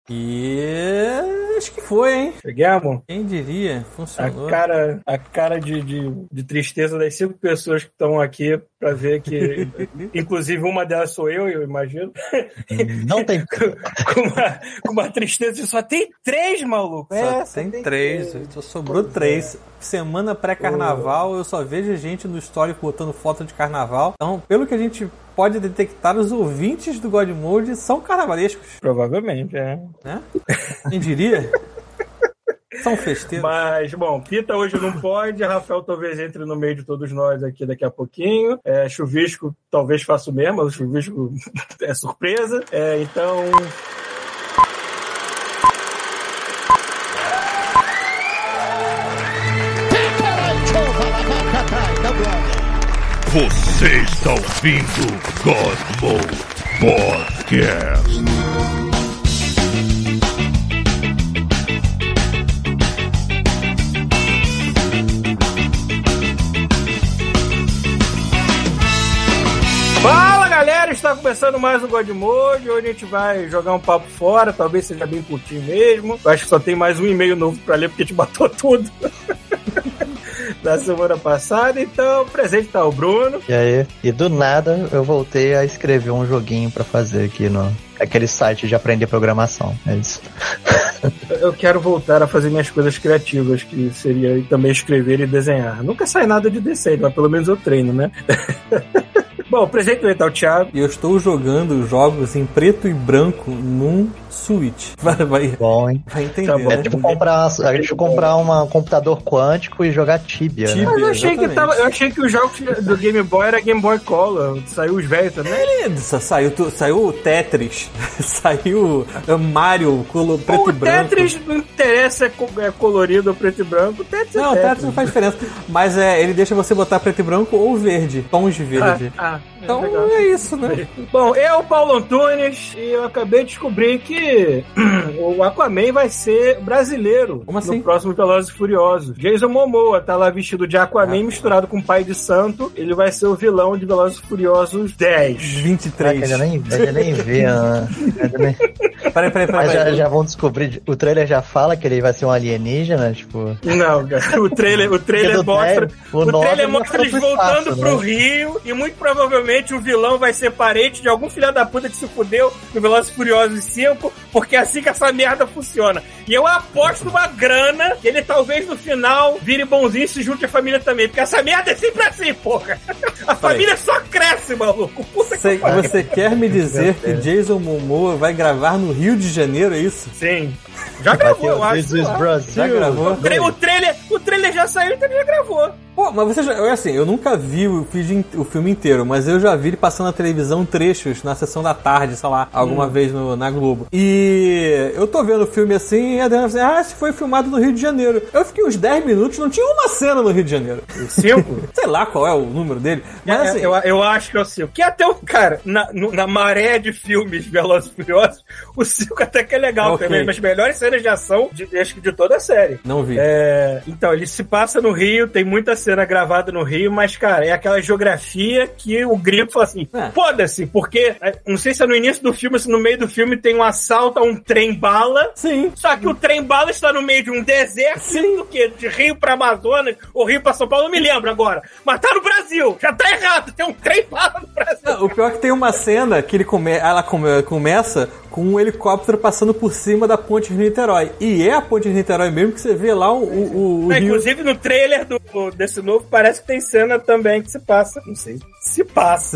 E acho que foi, hein? Chegamos? Quem diria? Funcionou. A cara de tristeza das 5 pessoas que estão aqui pra ver que, inclusive, uma delas sou eu imagino. Não tem. com uma tristeza de só tem 3, maluco. Só tem 3. Só sobrou 3. Semana pré-carnaval, eu só vejo gente no histórico botando foto de carnaval. Então, pelo que a gente pode detectar, os ouvintes do God Mode são carnavalescos. Provavelmente, né? Quem diria? São festeiros. Mas, bom, Pita hoje não pode, Rafael talvez entre no meio de todos nós aqui daqui a pouquinho. Chuvisco talvez faça o mesmo, mas o Chuvisco é surpresa. Então... Você está ouvindo God Mode Podcast. Fala galera, está começando mais um God Mode. Hoje a gente vai jogar um papo fora, talvez seja bem curtinho mesmo. Eu acho que só tem mais um e-mail novo pra ler porque a gente matou tudo da semana passada, então presente tá o Bruno. E aí? E do nada eu voltei a escrever um joguinho pra fazer aqui no aquele site de aprender programação. É isso. Eu quero voltar a fazer minhas coisas criativas, que seria também escrever e desenhar. Nunca sai nada de decente, mas pelo menos eu treino, né? Bom, presente do o Thiago. E eu estou jogando jogos em preto e branco num Switch. Bom, hein? Vai entender. Tá bom. Né? É tipo comprar um computador quântico e jogar Tibia. Mas eu achei que os jogos do Game Boy era Game Boy Color. Saiu os velhos também. Saiu o Tetris. Saiu Mario preto e branco. O Tetris não interessa é colorido ou preto e branco. O Tetris não, o Tetris não faz diferença. Mas ele deixa você botar preto e branco ou verde. Tons de verde. Então é isso, né? Bom, eu, Paulo Antunes, e eu acabei de descobrir que o Aquaman vai ser brasileiro. Como assim? No próximo Velozes e Furiosos. Jason Momoa tá lá vestido de Aquaman misturado com Pai de Santo. Ele vai ser o vilão de Velozes e Furiosos 10. 23. Eu nem vi, né? Peraí. Mas já vão descobrir. O trailer já fala que ele vai ser um alienígena, tipo. Não, cara. O trailer mostra. O trailer mostra eles voltando pro Rio e muito provavelmente o vilão vai ser parente de algum filho da puta que se fudeu no Velozes e Furiosos 5, porque é assim que essa merda funciona. E eu aposto uma grana que ele talvez no final vire bonzinho e se junte à família também, porque essa merda é sempre assim, porra. A família só cresce, maluco. Puta que pariu. Você quer me dizer que Jason Momoa vai gravar no Rio de Janeiro, é isso? Sim. Já gravou, eu acho. Já gravou? O trailer já saiu, então ele já gravou. Pô, mas você já... eu nunca vi o filme inteiro, mas eu já vi ele passando na televisão trechos na sessão da tarde, sei lá, alguma vez na Globo. E eu tô vendo o filme assim, e a Adriana falou assim, se foi filmado no Rio de Janeiro. Eu fiquei uns 10 minutos, não tinha uma cena no Rio de Janeiro. 5? Sei lá qual é o número dele. Mas assim... eu acho que é o 5. Que até o cara, na maré de filmes Velozes e Furiosos, o 5 até que é legal também, mas melhores cenas de ação, acho que de toda a série. Não vi. Então, ele se passa no Rio, tem muita cena gravada no Rio, mas, cara, é aquela geografia que o gringo fala assim, foda-se, porque, não sei se é no início do filme, se no meio do filme tem um assalto a um trem-bala. Sim. Só que o trem-bala está no meio de um deserto, do quê? De Rio pra Amazonas, ou Rio pra São Paulo, não me lembro agora. Mas tá no Brasil, já tá errado, tem um trem-bala no Brasil. Não, o pior é que tem uma cena que ela começa com um helicóptero passando por cima da ponte de Niterói. E é a ponte de Niterói mesmo que você vê lá o Rio. Inclusive no trailer desse novo parece que tem cena também que se passa. Não sei se passa.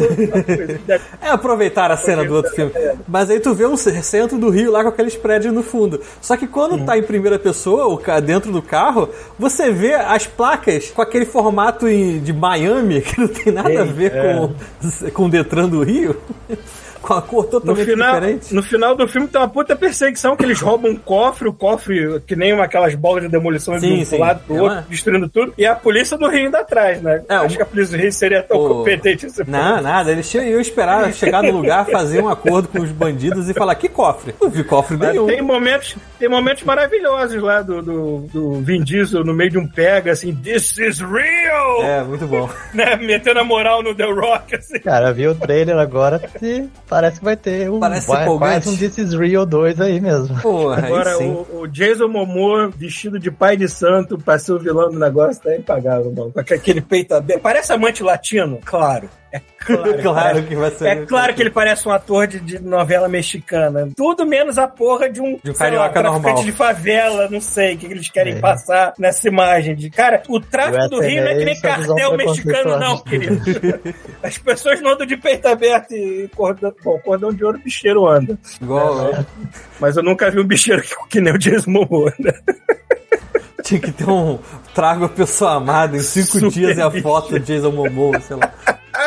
Aproveitar a cena do outro filme. Mas aí tu vê um centro do Rio lá com aqueles prédios no fundo. Só que quando tá em primeira pessoa, dentro do carro, você vê as placas com aquele formato de Miami, que não tem nada a ver com o Detran do Rio. Com a cor totalmente diferente. No final do filme tem uma puta perseguição que eles roubam um cofre, o cofre que nem aquelas bolas de demolição de um lado pro outro, destruindo tudo, e a polícia do Rio indo atrás, né? Acho que a polícia do Rio seria tão competente assim. Não, nada, eles iam esperar chegar no lugar, fazer um acordo com os bandidos e falar, que cofre? Não vi cofre nenhum. Tem momentos maravilhosos lá do Vin Diesel no meio de um pega, assim, this is real! Rio! É, muito bom. Né? Metendo a moral no The Rock, assim. Cara, vi o trailer agora e parece que vai ter quase um This Is Real 2 aí mesmo. Porra, agora, o Jason Momoa, vestido de pai de santo, pra ser o vilão do negócio, tá impagável, mano. Com aquele peito aberto. Parece amante latino? Claro. É claro que vai ser. É claro que ele parece um ator de novela mexicana. Tudo menos a porra de um carioca normal. De favela, não sei o que eles querem passar nessa imagem. Cara, o tráfico do Rio não é que nem cartel mexicano, não, querido. As pessoas não andam de peito aberto e cordão de ouro, bicheiro anda. Igual. Mas eu nunca vi um bicheiro que nem o Jason Momoa, né? Tinha que ter um trago a pessoa amada em 5 dias e a foto do Jason Momoa, sei lá.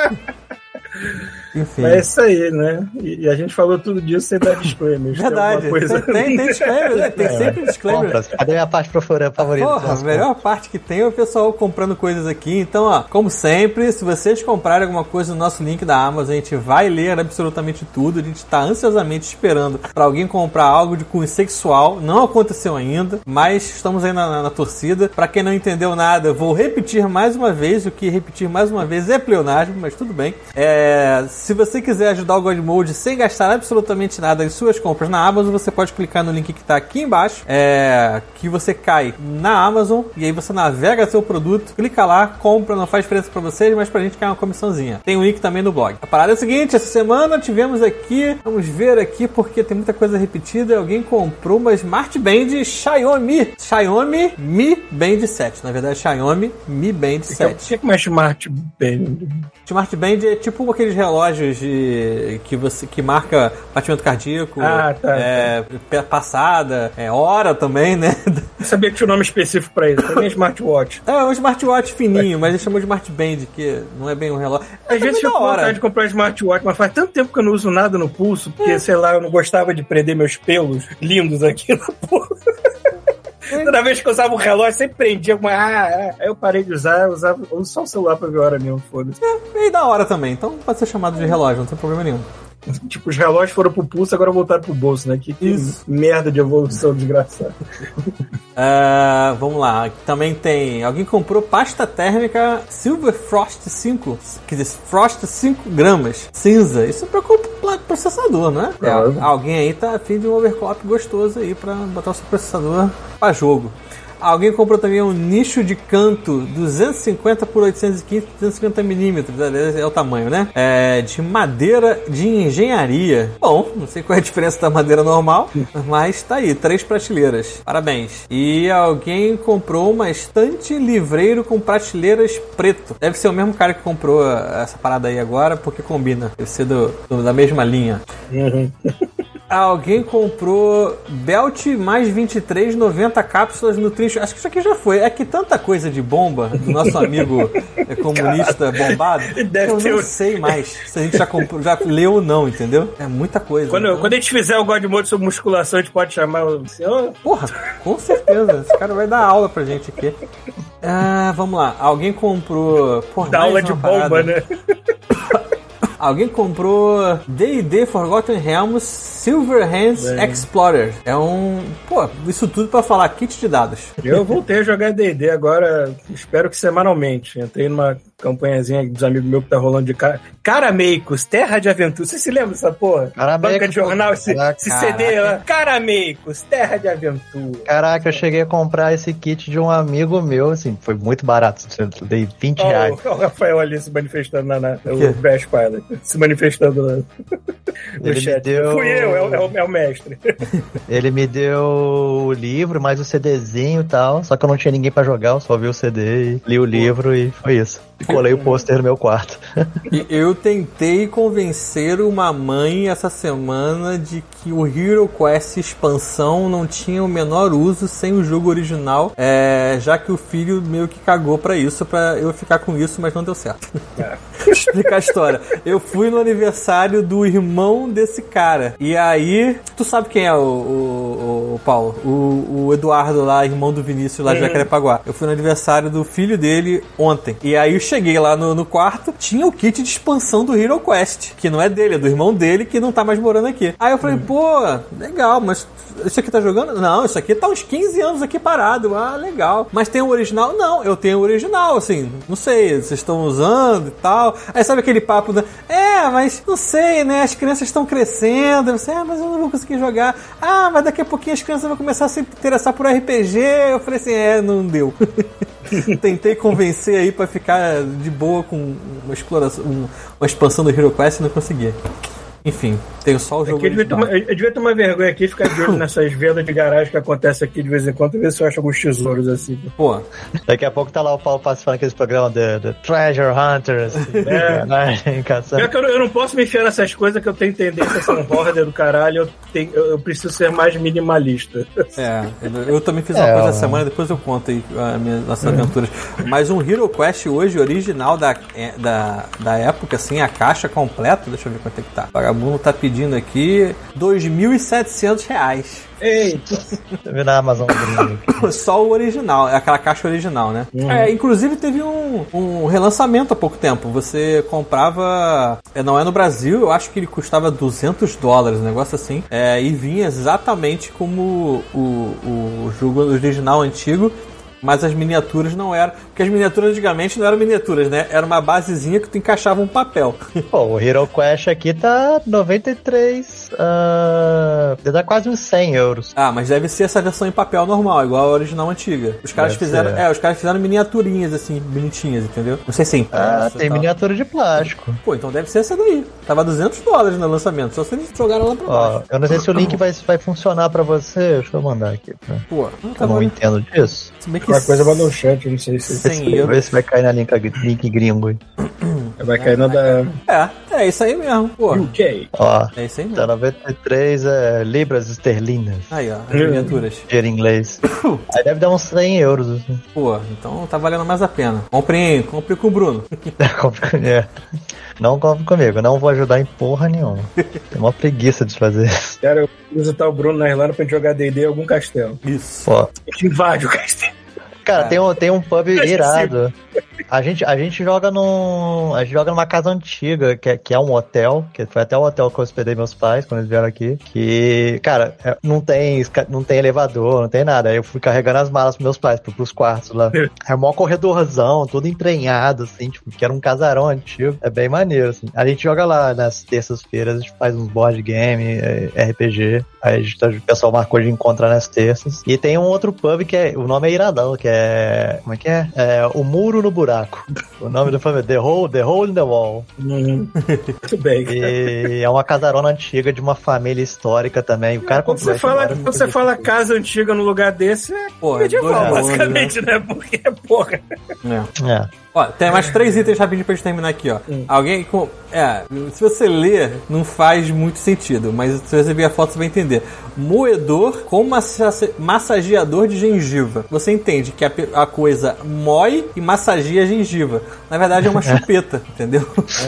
Enfim. É isso aí, né? E a gente falou tudo disso sem dar disclaimer. Verdade. Tem disclaimer, né? Tem sempre disclaimer. Cadê a minha parte favorita? Porra, a melhor parte que tem é o pessoal comprando coisas aqui. Então, ó, como sempre, se vocês comprarem alguma coisa no nosso link da Amazon, a gente vai ler absolutamente tudo. A gente tá ansiosamente esperando pra alguém comprar algo de cunho sexual. Não aconteceu ainda, mas estamos aí na torcida. Pra quem não entendeu nada, vou repetir mais uma vez. O que repetir mais uma vez é pleonasmo, mas tudo bem. Se você quiser ajudar o God Mode sem gastar absolutamente nada em suas compras na Amazon, você pode clicar no link que está aqui embaixo, que você cai na Amazon e aí você navega seu produto, clica lá, compra, não faz diferença para vocês, mas pra gente cai uma comissãozinha. Tem um link também no blog. A parada é a seguinte, essa semana tivemos aqui, vamos ver aqui porque tem muita coisa repetida, alguém comprou uma Smart Band Xiaomi Mi Band 7, na verdade Xiaomi Mi Band 7. O que é uma Smart Band? Smart Band é tipo aqueles relógios que marca batimento cardíaco, passada, hora também, né? Eu sabia que tinha um nome específico pra isso, também smartwatch. É um smartwatch fininho, mas eles chamam de Smart Band, que não é bem um relógio. Às vezes eu fico com vontade de comprar um smartwatch, mas faz tanto tempo que eu não uso nada no pulso, porque, sei lá, eu não gostava de prender meus pelos lindos aqui na porra. Toda vez que eu usava um relógio, sempre prendia. Aí eu parei de usar, eu uso só o celular pra ver a hora mesmo, foda-se. E da hora também, então pode ser chamado de relógio, não tem problema nenhum. Tipo, os relógios foram pro pulso, agora voltaram pro bolso, né? Que merda de evolução desgraçada. Vamos lá, também tem... Alguém comprou pasta térmica Silver Frost 5, quer dizer, Frost 5 gramas, cinza. Isso é pra processador, não é? Alguém aí tá afim de um overclock gostoso aí pra botar o seu processador pra jogo. Alguém comprou também um nicho de canto 250 por 815, 250 milímetros, é o tamanho, né? De madeira de engenharia. Bom, não sei qual é a diferença da madeira normal, mas tá aí, 3 prateleiras. Parabéns. E alguém comprou uma estante livreiro com prateleiras preto. Deve ser o mesmo cara que comprou essa parada aí agora, porque combina. Deve ser da mesma linha. Alguém comprou Belt mais 23, 90 cápsulas no trincho. Acho que isso aqui já foi. É que tanta coisa de bomba do nosso amigo comunista bombado, eu não sei mais se a gente já comprou, já leu ou não, entendeu? É muita coisa. Quando a gente fizer o God Mode sobre musculação, a gente pode chamar o senhor? Porra, com certeza. Esse cara vai dar aula pra gente aqui. Vamos lá. Alguém comprou... Dá aula de bomba, né? Alguém comprou D&D Forgotten Realms Silver Hands Explorer. É isso tudo pra falar kit de dados. Eu voltei a jogar D&D agora, espero que semanalmente. Entrei numa campanhazinha dos amigos meus que tá rolando de Carameicos, Terra de Aventura. Você se lembra dessa porra? Carameicos, banca de jornal, esse CD lá. Carameicos, Terra de Aventura. Caraca, eu cheguei a comprar esse kit de um amigo meu, assim, foi muito barato. Eu dei 20 reais. O Rafael ali se manifestando o Bash Pilot. Se manifestando no chat. Fui eu, é o mestre. Ele me deu o livro, mais o CDzinho e tal, só que eu não tinha ninguém pra jogar, eu só vi o CD e li o livro e foi isso. E colei o pôster no meu quarto. E eu tentei convencer uma mãe essa semana de que o Hero Quest expansão não tinha o menor uso sem o jogo original, já que o filho meio que cagou pra isso, pra eu ficar com isso, mas não deu certo. Vou explicar a história. Eu fui no aniversário do irmão desse cara. E aí, tu sabe quem é o o Paulo. O Eduardo lá, irmão do Vinícius lá de Jacarepaguá. Eu fui no aniversário do filho dele ontem. E aí eu cheguei lá no quarto, tinha o kit de expansão do Hero Quest, que não é dele, é do irmão dele que não tá mais morando aqui. Aí eu falei, pô, legal, mas isso aqui tá jogando? Não, isso aqui tá uns 15 anos aqui parado. Ah, legal. Mas tem o original? Não, eu tenho o original, assim, não sei, vocês estão usando e tal. Aí sabe aquele papo, né? Mas não sei, né? As crianças estão crescendo. Você, mas eu não vou conseguir jogar. Mas daqui a pouquinho as crianças vão começar a se interessar por RPG. Eu falei assim, não deu. Tentei convencer aí pra ficar de boa com uma exploração, uma expansão do Hero Quest e não consegui. Enfim, tenho só o jogo. Eu devia tomar vergonha aqui e ficar de olho nessas vendas de garagem que acontecem aqui de vez em quando, ver se eu acho alguns tesouros assim. Pô. Daqui a pouco tá lá o Paulo participando daqueles programas de Treasure Hunters. Eu não posso me enfiar nessas coisas que eu tenho tendência a ser um hoarder do caralho. Eu preciso ser mais minimalista. Eu também fiz uma coisa essa semana, depois eu conto aí nossas aventuras. Mas um Hero Quest hoje, original da época, assim, a caixa completa, deixa eu ver quanto é que tá. O vagabundo tá pedindo aqui R$2.700. Eita! Você viu na Amazon? Só o original, aquela caixa original, né? Inclusive teve um relançamento há pouco tempo. Você comprava, não é no Brasil, eu acho que ele custava $200, um negócio assim. E vinha exatamente como o jogo original antigo. Mas as miniaturas não eram. Porque as miniaturas antigamente não eram miniaturas, né? Era uma basezinha que tu encaixava um papel. Pô, o Hero Quest aqui tá 93. Dá quase uns €100. Mas deve ser essa versão em papel normal, igual a original antiga. Os caras fizeram miniaturinhas assim, bonitinhas, entendeu? Não sei se é impressa, tem miniatura de plástico. Pô, então deve ser essa daí. Tava $200 no lançamento, só se eles jogaram lá pra baixo. Eu não sei se o link vai funcionar pra você. Deixa eu mandar aqui. Pô, eu não entendo disso. Uma coisa vai no chat, não sei se... Vê se vai cair na link gringo. Vai cair na da... É isso aí mesmo, pô. UK. É isso aí mesmo. Tá 93 libras esterlinas. Aí, ó, as miniaturas. Dinheiro em inglês. Aí deve dar uns €100, assim. Pô, então tá valendo mais a pena. Compre com o Bruno. Não compre comigo, não vou ajudar em porra nenhuma. Tem uma preguiça de fazer isso. Cara, eu vou visitar o Bruno na Irlanda pra gente jogar D&D em algum castelo. Isso. Pô. A gente invade o castelo. Cara, tem um pub irado. A gente joga numa casa antiga, que é um hotel, que foi até o hotel que eu hospedei meus pais quando eles vieram aqui. Que, cara, não tem elevador, não tem nada. Aí eu fui carregando as malas pros meus pais, pros quartos lá. É um maior corredorzão, todo emprenhado, assim, tipo, que era um casarão antigo. É bem maneiro, assim. A gente joga lá nas terças-feiras, a gente faz uns board game, RPG. Aí o pessoal marcou de encontrar nas terças. E tem um outro pub que o nome é iradão, que é... Como é que é? O Muro no Buraco. O nome do pub é The Hole in the Wall. Muito bem. E é uma casarona antiga de uma família histórica também. O cara quando você fala casa antiga no lugar desse, medieval, basicamente, né? Porque, porra. Ó, tem mais 3 itens rapidinho pra gente terminar aqui, ó. Alguém com... se você ler, não faz muito sentido, mas se você ver a foto, você vai entender. Moedor com massageador de gengiva. Você entende que a coisa moe e massageia a gengiva. Na verdade, é uma chupeta, entendeu?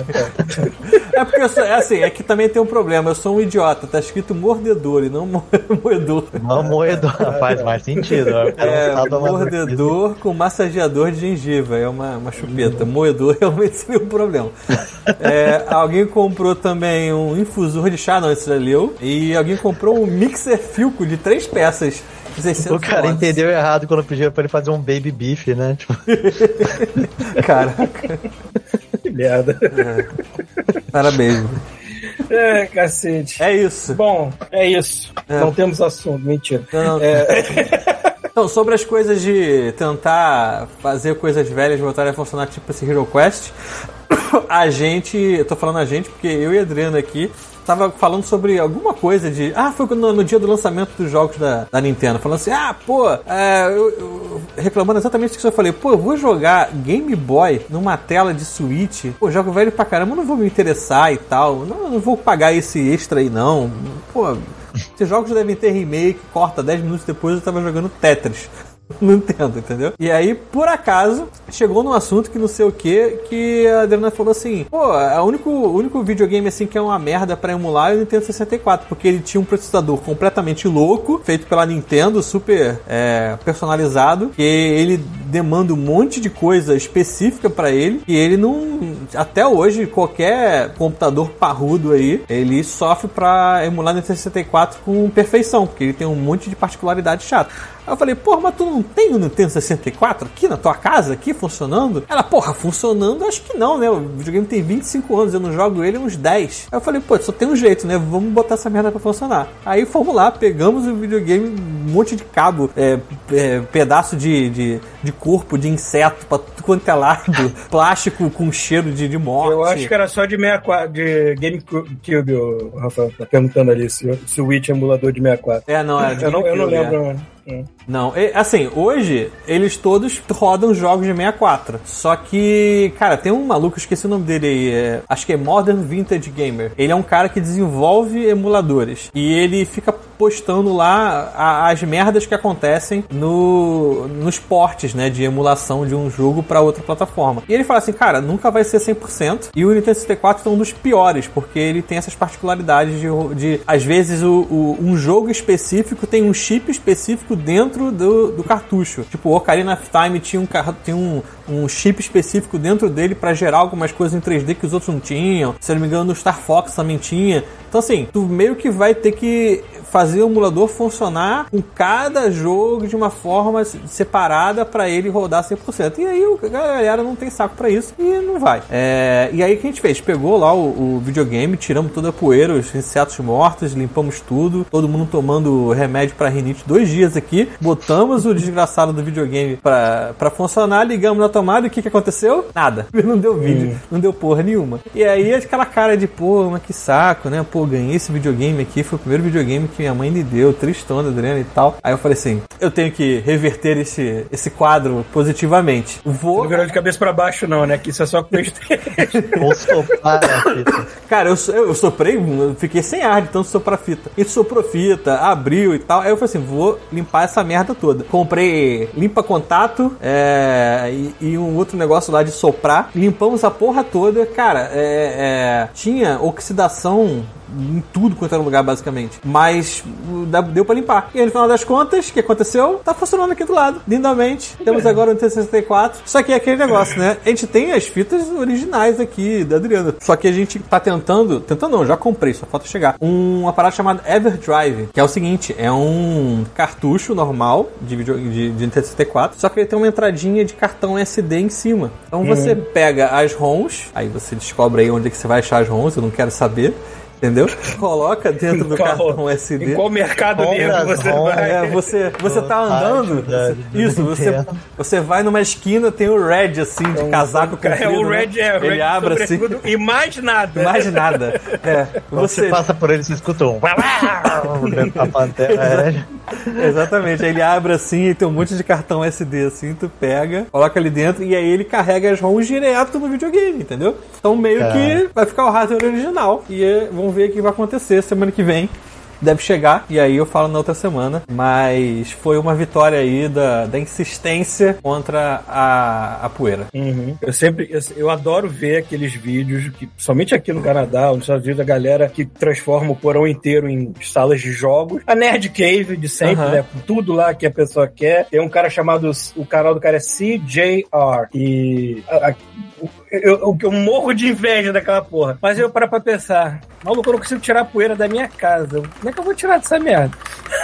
Porque é que também tem um problema. Eu sou um idiota. Tá escrito mordedor e não moedor. Não moedor. Faz mais sentido. Mordedor com massageador de gengiva. É uma chupeta. Moedor realmente seria um problema. Alguém comprou também um infusor de chá, não, esse já leu. E alguém comprou um mixer Philco de 3 peças. O cara entendeu errado quando pediram pra ele fazer um baby beef, né? Tipo... Caraca. Que merda. Parabéns. Cacete. É isso. Bom, é isso. Não temos assunto, mentira. Não. Então, sobre as coisas de tentar fazer coisas velhas voltarem a funcionar, tipo esse Hero Quest, eu tô falando a gente porque eu e a Adriana aqui tava falando sobre alguma coisa de... foi no dia do lançamento dos jogos da Nintendo. Falando assim, eu reclamando exatamente disso que eu falei. Eu vou jogar Game Boy numa tela de Switch. Jogo velho pra caramba, eu não vou me interessar e tal. Não vou pagar esse extra aí, não. Esses jogos devem ter remake, corta 10 minutos depois eu tava jogando Tetris. Não entendo, entendeu? E aí, por acaso, chegou num assunto que não sei o que a Adriana falou assim, pô, o único videogame assim que é uma merda pra emular é o Nintendo 64, porque ele tinha um processador completamente louco, feito pela Nintendo, super personalizado, que ele demanda um monte de coisa específica pra ele, e ele não... Até hoje, qualquer computador parrudo aí, ele sofre pra emular o Nintendo 64 com perfeição, porque ele tem um monte de particularidade chata. Aí eu falei, porra, mas tu não tem o Nintendo 64 aqui na tua casa, aqui, funcionando? Ela, porra, funcionando? Acho que não, né? O videogame tem 25 anos, eu não jogo ele há uns 10. Aí eu falei, pô, só tem um jeito, né? Vamos botar essa merda pra funcionar. Aí fomos lá, pegamos o videogame, um monte de cabo, pedaço de corpo, de inseto, pra tudo quanto é lado, plástico com cheiro de morte. Eu acho que era só de 64, de GameCube, o Rafael tá perguntando ali se o Witch é emulador de 64. Não, era de eu não lembro, Não, assim, hoje eles todos rodam jogos de 64. Só que, cara, tem um maluco, esqueci o nome dele aí, acho que é Modern Vintage Gamer. Ele é um cara que desenvolve emuladores. E ele fica postando lá as merdas que acontecem nos portes, né, de emulação de um jogo pra outra plataforma. E ele fala assim, cara, nunca vai ser 100%. E o Nintendo 64 é um dos piores, porque ele tem essas particularidades de às vezes, um jogo específico tem um chip específico dentro do cartucho. Tipo, o Ocarina of Time tinha um chip específico dentro dele pra gerar algumas coisas em 3D que os outros não tinham. Se eu não me engano, no Star Fox também tinha. Então, assim, tu meio que vai ter que fazer o emulador funcionar com cada jogo de uma forma separada pra ele rodar 100%. E aí a galera não tem saco pra isso e não vai. E aí o que a gente fez? Pegou lá o videogame, tiramos toda a poeira, os insetos mortos, limpamos tudo, todo mundo tomando remédio pra rinite 2 dias aqui, botamos o desgraçado do videogame pra funcionar, ligamos na tomada e o que aconteceu? Nada. Não deu vídeo, não deu porra nenhuma. E aí aquela cara de, pô, mas que saco, né? Pô, ganhei esse videogame aqui, foi o primeiro videogame que minha mãe me deu, tristona, Adriana e tal. Aí eu falei assim, eu tenho que reverter esse quadro positivamente. Não virou de cabeça pra baixo não, né? Que isso é só com PlayStation. Ou soprar a fita. Cara, eu soprei, eu fiquei sem ar de tanto soprar fita. Ele soprou fita, abriu e tal. Aí eu falei assim, vou limpar essa merda toda. Comprei limpa-contato e um outro negócio lá de soprar. Limpamos a porra toda. Cara, tinha oxidação em tudo quanto era lugar, basicamente. Mas deu pra limpar. E aí, no final das contas, o que aconteceu? Tá funcionando aqui do lado, lindamente. Temos agora o Nintendo 64. Só que é aquele negócio, né? A gente tem as fitas originais aqui da Adriana. Só que a gente tá tentando não, já comprei, só falta chegar. Uma parada chamada Everdrive, que é o seguinte, é um cartucho normal de Nintendo 64, só que ele tem uma entradinha de cartão SD em cima. Então você pega as ROMs, aí você descobre aí onde é que você vai achar as ROMs, eu não quero saber. Entendeu? Coloca dentro do cartão SD. Em qual mercado negro você vai? Você tá andando. Você vai numa esquina, tem o Red assim, de casaco comprido. O Red ele abre assim. E mais nada. Mais nada. Você passa por ele e você escuta um. A pantera. Exatamente. Aí ele abre assim e tem um monte de cartão SD assim, tu pega, coloca ali dentro e aí ele carrega as ROMs direto no videogame, entendeu? Então meio que vai ficar o hardware original. E vamos ver o que vai acontecer semana que vem. Deve chegar, e aí eu falo na outra semana. Mas foi uma vitória aí da insistência contra a poeira. Eu adoro ver aqueles vídeos, que somente aqui no Canadá, nos Estados Unidos, a galera que transforma o porão inteiro em salas de jogos. A Nerd Cave de sempre, né? Tudo lá que a pessoa quer. Tem um cara chamado, o canal do cara é CJR. E eu morro de inveja daquela porra. Mas eu paro pra pensar, maluco, eu não consigo tirar a poeira da minha casa. Como é que eu vou tirar dessa merda?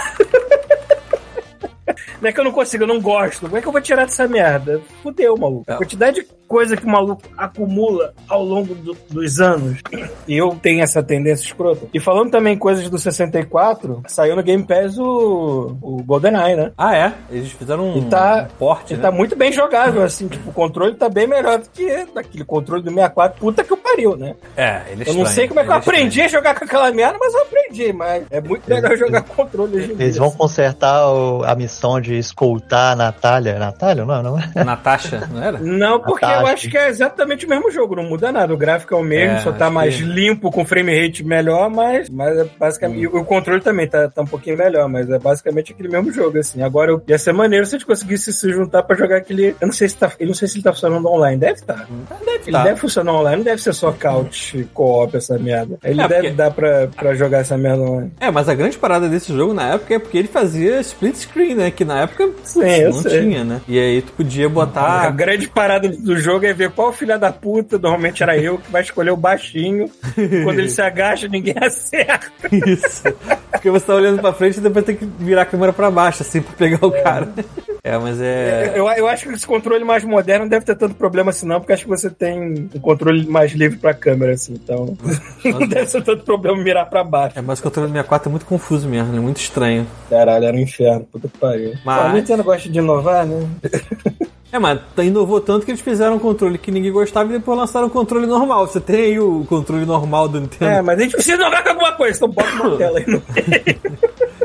Não é que eu não consigo, eu não gosto. Como é que eu vou tirar dessa merda? Fudeu, maluco. A quantidade de coisa que o maluco acumula ao longo dos anos. E eu tenho essa tendência escrota. E falando também coisas do 64, saiu no Game Pass o GoldenEye, né? Ah, é? Eles fizeram um porte, né? Tá muito bem jogável, assim. Tipo, o controle tá bem melhor do que daquele controle do 64. Puta que o pariu, né? Ele eu não sei como é que eu aprendi a jogar com aquela merda, mas eu aprendi. Mas é muito legal jogar controle hoje em dia. Eles vão consertar a missão de escoltar a Natália. Natália? Não é? Natasha, não era? Não, porque eu acho que é exatamente o mesmo jogo, não muda nada. O gráfico é o mesmo, só tá mais limpo, com frame rate melhor, mas é basicamente... E o controle também tá um pouquinho melhor, mas é basicamente aquele mesmo jogo, assim. Agora, ia ser maneiro se a gente conseguisse se juntar pra jogar aquele... Eu não sei se ele tá funcionando online. Deve estar. Ele deve funcionar online, não deve ser só couch, co-op, essa merda. Ele deve dar pra jogar essa merda online. Mas a grande parada desse jogo na época é porque ele fazia split screen, né? Que na época não tinha, né? E aí tu podia botar... A grande parada do jogo é ver qual filha da puta, normalmente era eu, que vai escolher o baixinho. Quando ele se agacha, ninguém acerta. Isso. Porque você tá olhando pra frente e depois tem que virar a câmera pra baixo, assim, pra pegar o cara. Mas é... Eu acho que esse controle mais moderno não deve ter tanto problema assim não, porque acho que você tem um controle mais livre pra câmera, assim, então não deve ser tanto problema mirar pra baixo. Mas o controle do 64 é muito confuso mesmo, é muito estranho. Caralho, era um inferno, puta que pariu. Mas... A Nintendo gosta de inovar, né? Mas inovou tanto que eles fizeram um controle que ninguém gostava e depois lançaram um controle normal. Você tem aí o controle normal do Nintendo. Mas a gente precisa inovar com alguma coisa, então bota uma tela aí no meio.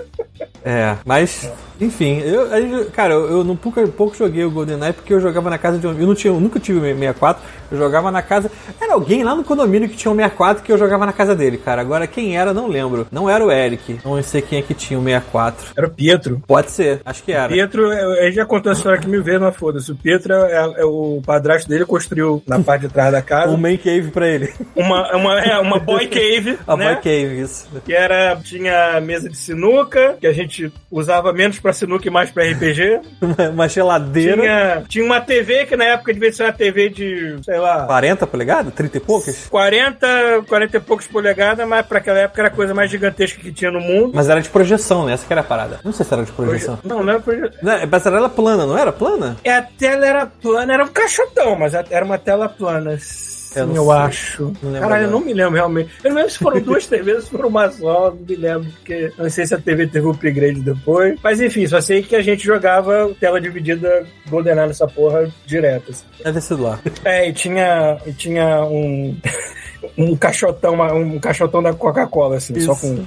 Mas, enfim, eu pouco joguei o GoldenEye porque eu jogava na casa de um... Eu nunca tive 64, eu jogava na casa... Era alguém lá no condomínio que tinha um 64 que eu jogava na casa dele, cara. Agora, quem era, não lembro. Não era o Eric, não sei quem é que tinha o 64. Era o Pietro. Pode ser, acho que era. Pietro, ele já contou a história aqui 1000 vezes, mas foda-se. O Pietro é o padrasto dele, construiu na parte de trás da casa... um man cave pra ele. Uma boy cave, A né? boy cave, isso. Que tinha mesa de sinuca, que a gente usava menos pra sinuca e mais pra RPG. Uma geladeira. Tinha uma TV que na época devia ser uma TV de, sei lá... 40 polegadas? 30 e poucas? 40 e poucas polegadas, mas pra aquela época era a coisa mais gigantesca que tinha no mundo. Mas era de projeção, né? Essa que era a parada. Não sei se era de projeção. Não era projeção. Mas era plana, não era plana? A tela era plana, era um caixotão, mas era uma tela plana. Sim, eu acho. Caralho, eu não me lembro realmente. Eu não lembro se foram 2 TVs ou se foram uma só. Não me lembro, porque não sei se a TV teve um upgrade depois. Mas enfim, só sei que a gente jogava tela dividida GoldenEye nessa porra direto. Assim. Deve ser lá. E tinha um caixotão da Coca-Cola, assim, isso. Só com...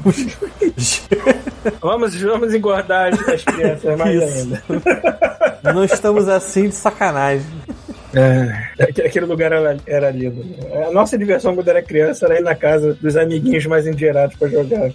vamos engordar as crianças mais ainda. Não estamos assim de sacanagem. Aquele lugar era lindo. A nossa diversão quando era criança era ir na casa dos amiguinhos mais endinheirados pra jogar.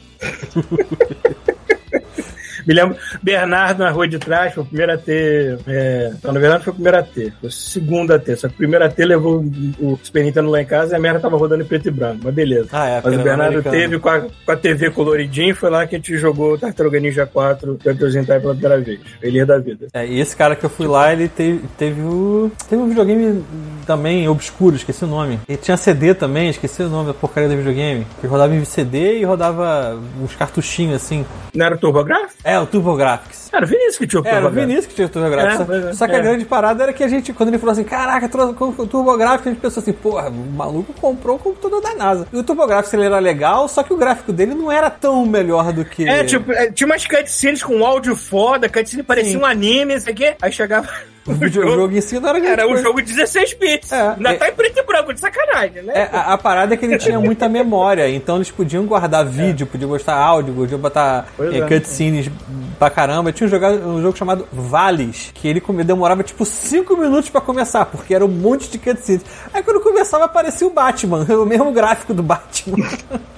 Me lembro, Bernardo na rua de trás foi o primeiro a ter. Na verdade, foi o primeiro a ter. Foi o segundo a ter. Só que o primeiro a ter levou o Super Nintendo lá em casa e a merda tava rodando em preto e branco. Mas beleza. Mas o Bernardo teve com a TV coloridinha. Foi lá que a gente jogou Tartaruga Ninja 4 Turtles in Time pela primeira vez. Feliz da vida. E esse cara que eu fui lá, ele teve um videogame também obscuro, esqueci o nome. Ele tinha CD também, esqueci o nome da porcaria do videogame. Que rodava em CD e rodava uns cartuchinhos assim. Não era o TurboGrafx? O TurboGrafx. Era o Vinícius que tinha o TurboGrafx. Era o Vinícius que tinha o TurboGrafx. Só que a grande parada era que a gente, quando ele falou assim, caraca, o TurboGrafx, a gente pensou assim, porra, o maluco comprou o computador da NASA. E o TurboGrafx, ele era legal, só que o gráfico dele não era tão melhor do que... tinha umas cutscenes com áudio foda, cutscene parecia um anime, não sei o quê. Aí chegava... O jogo em si não era um jogo de 16 bits. Ainda tá em preto e branco, de sacanagem, né? A parada é que ele tinha muita memória, então eles podiam guardar vídeo, podiam botar áudio, podiam botar cutscenes pra caramba. Tinha um jogo chamado Vales, que ele demorava tipo 5 minutos pra começar, porque era um monte de cutscenes. Aí quando começava aparecia o Batman, o mesmo gráfico do Batman.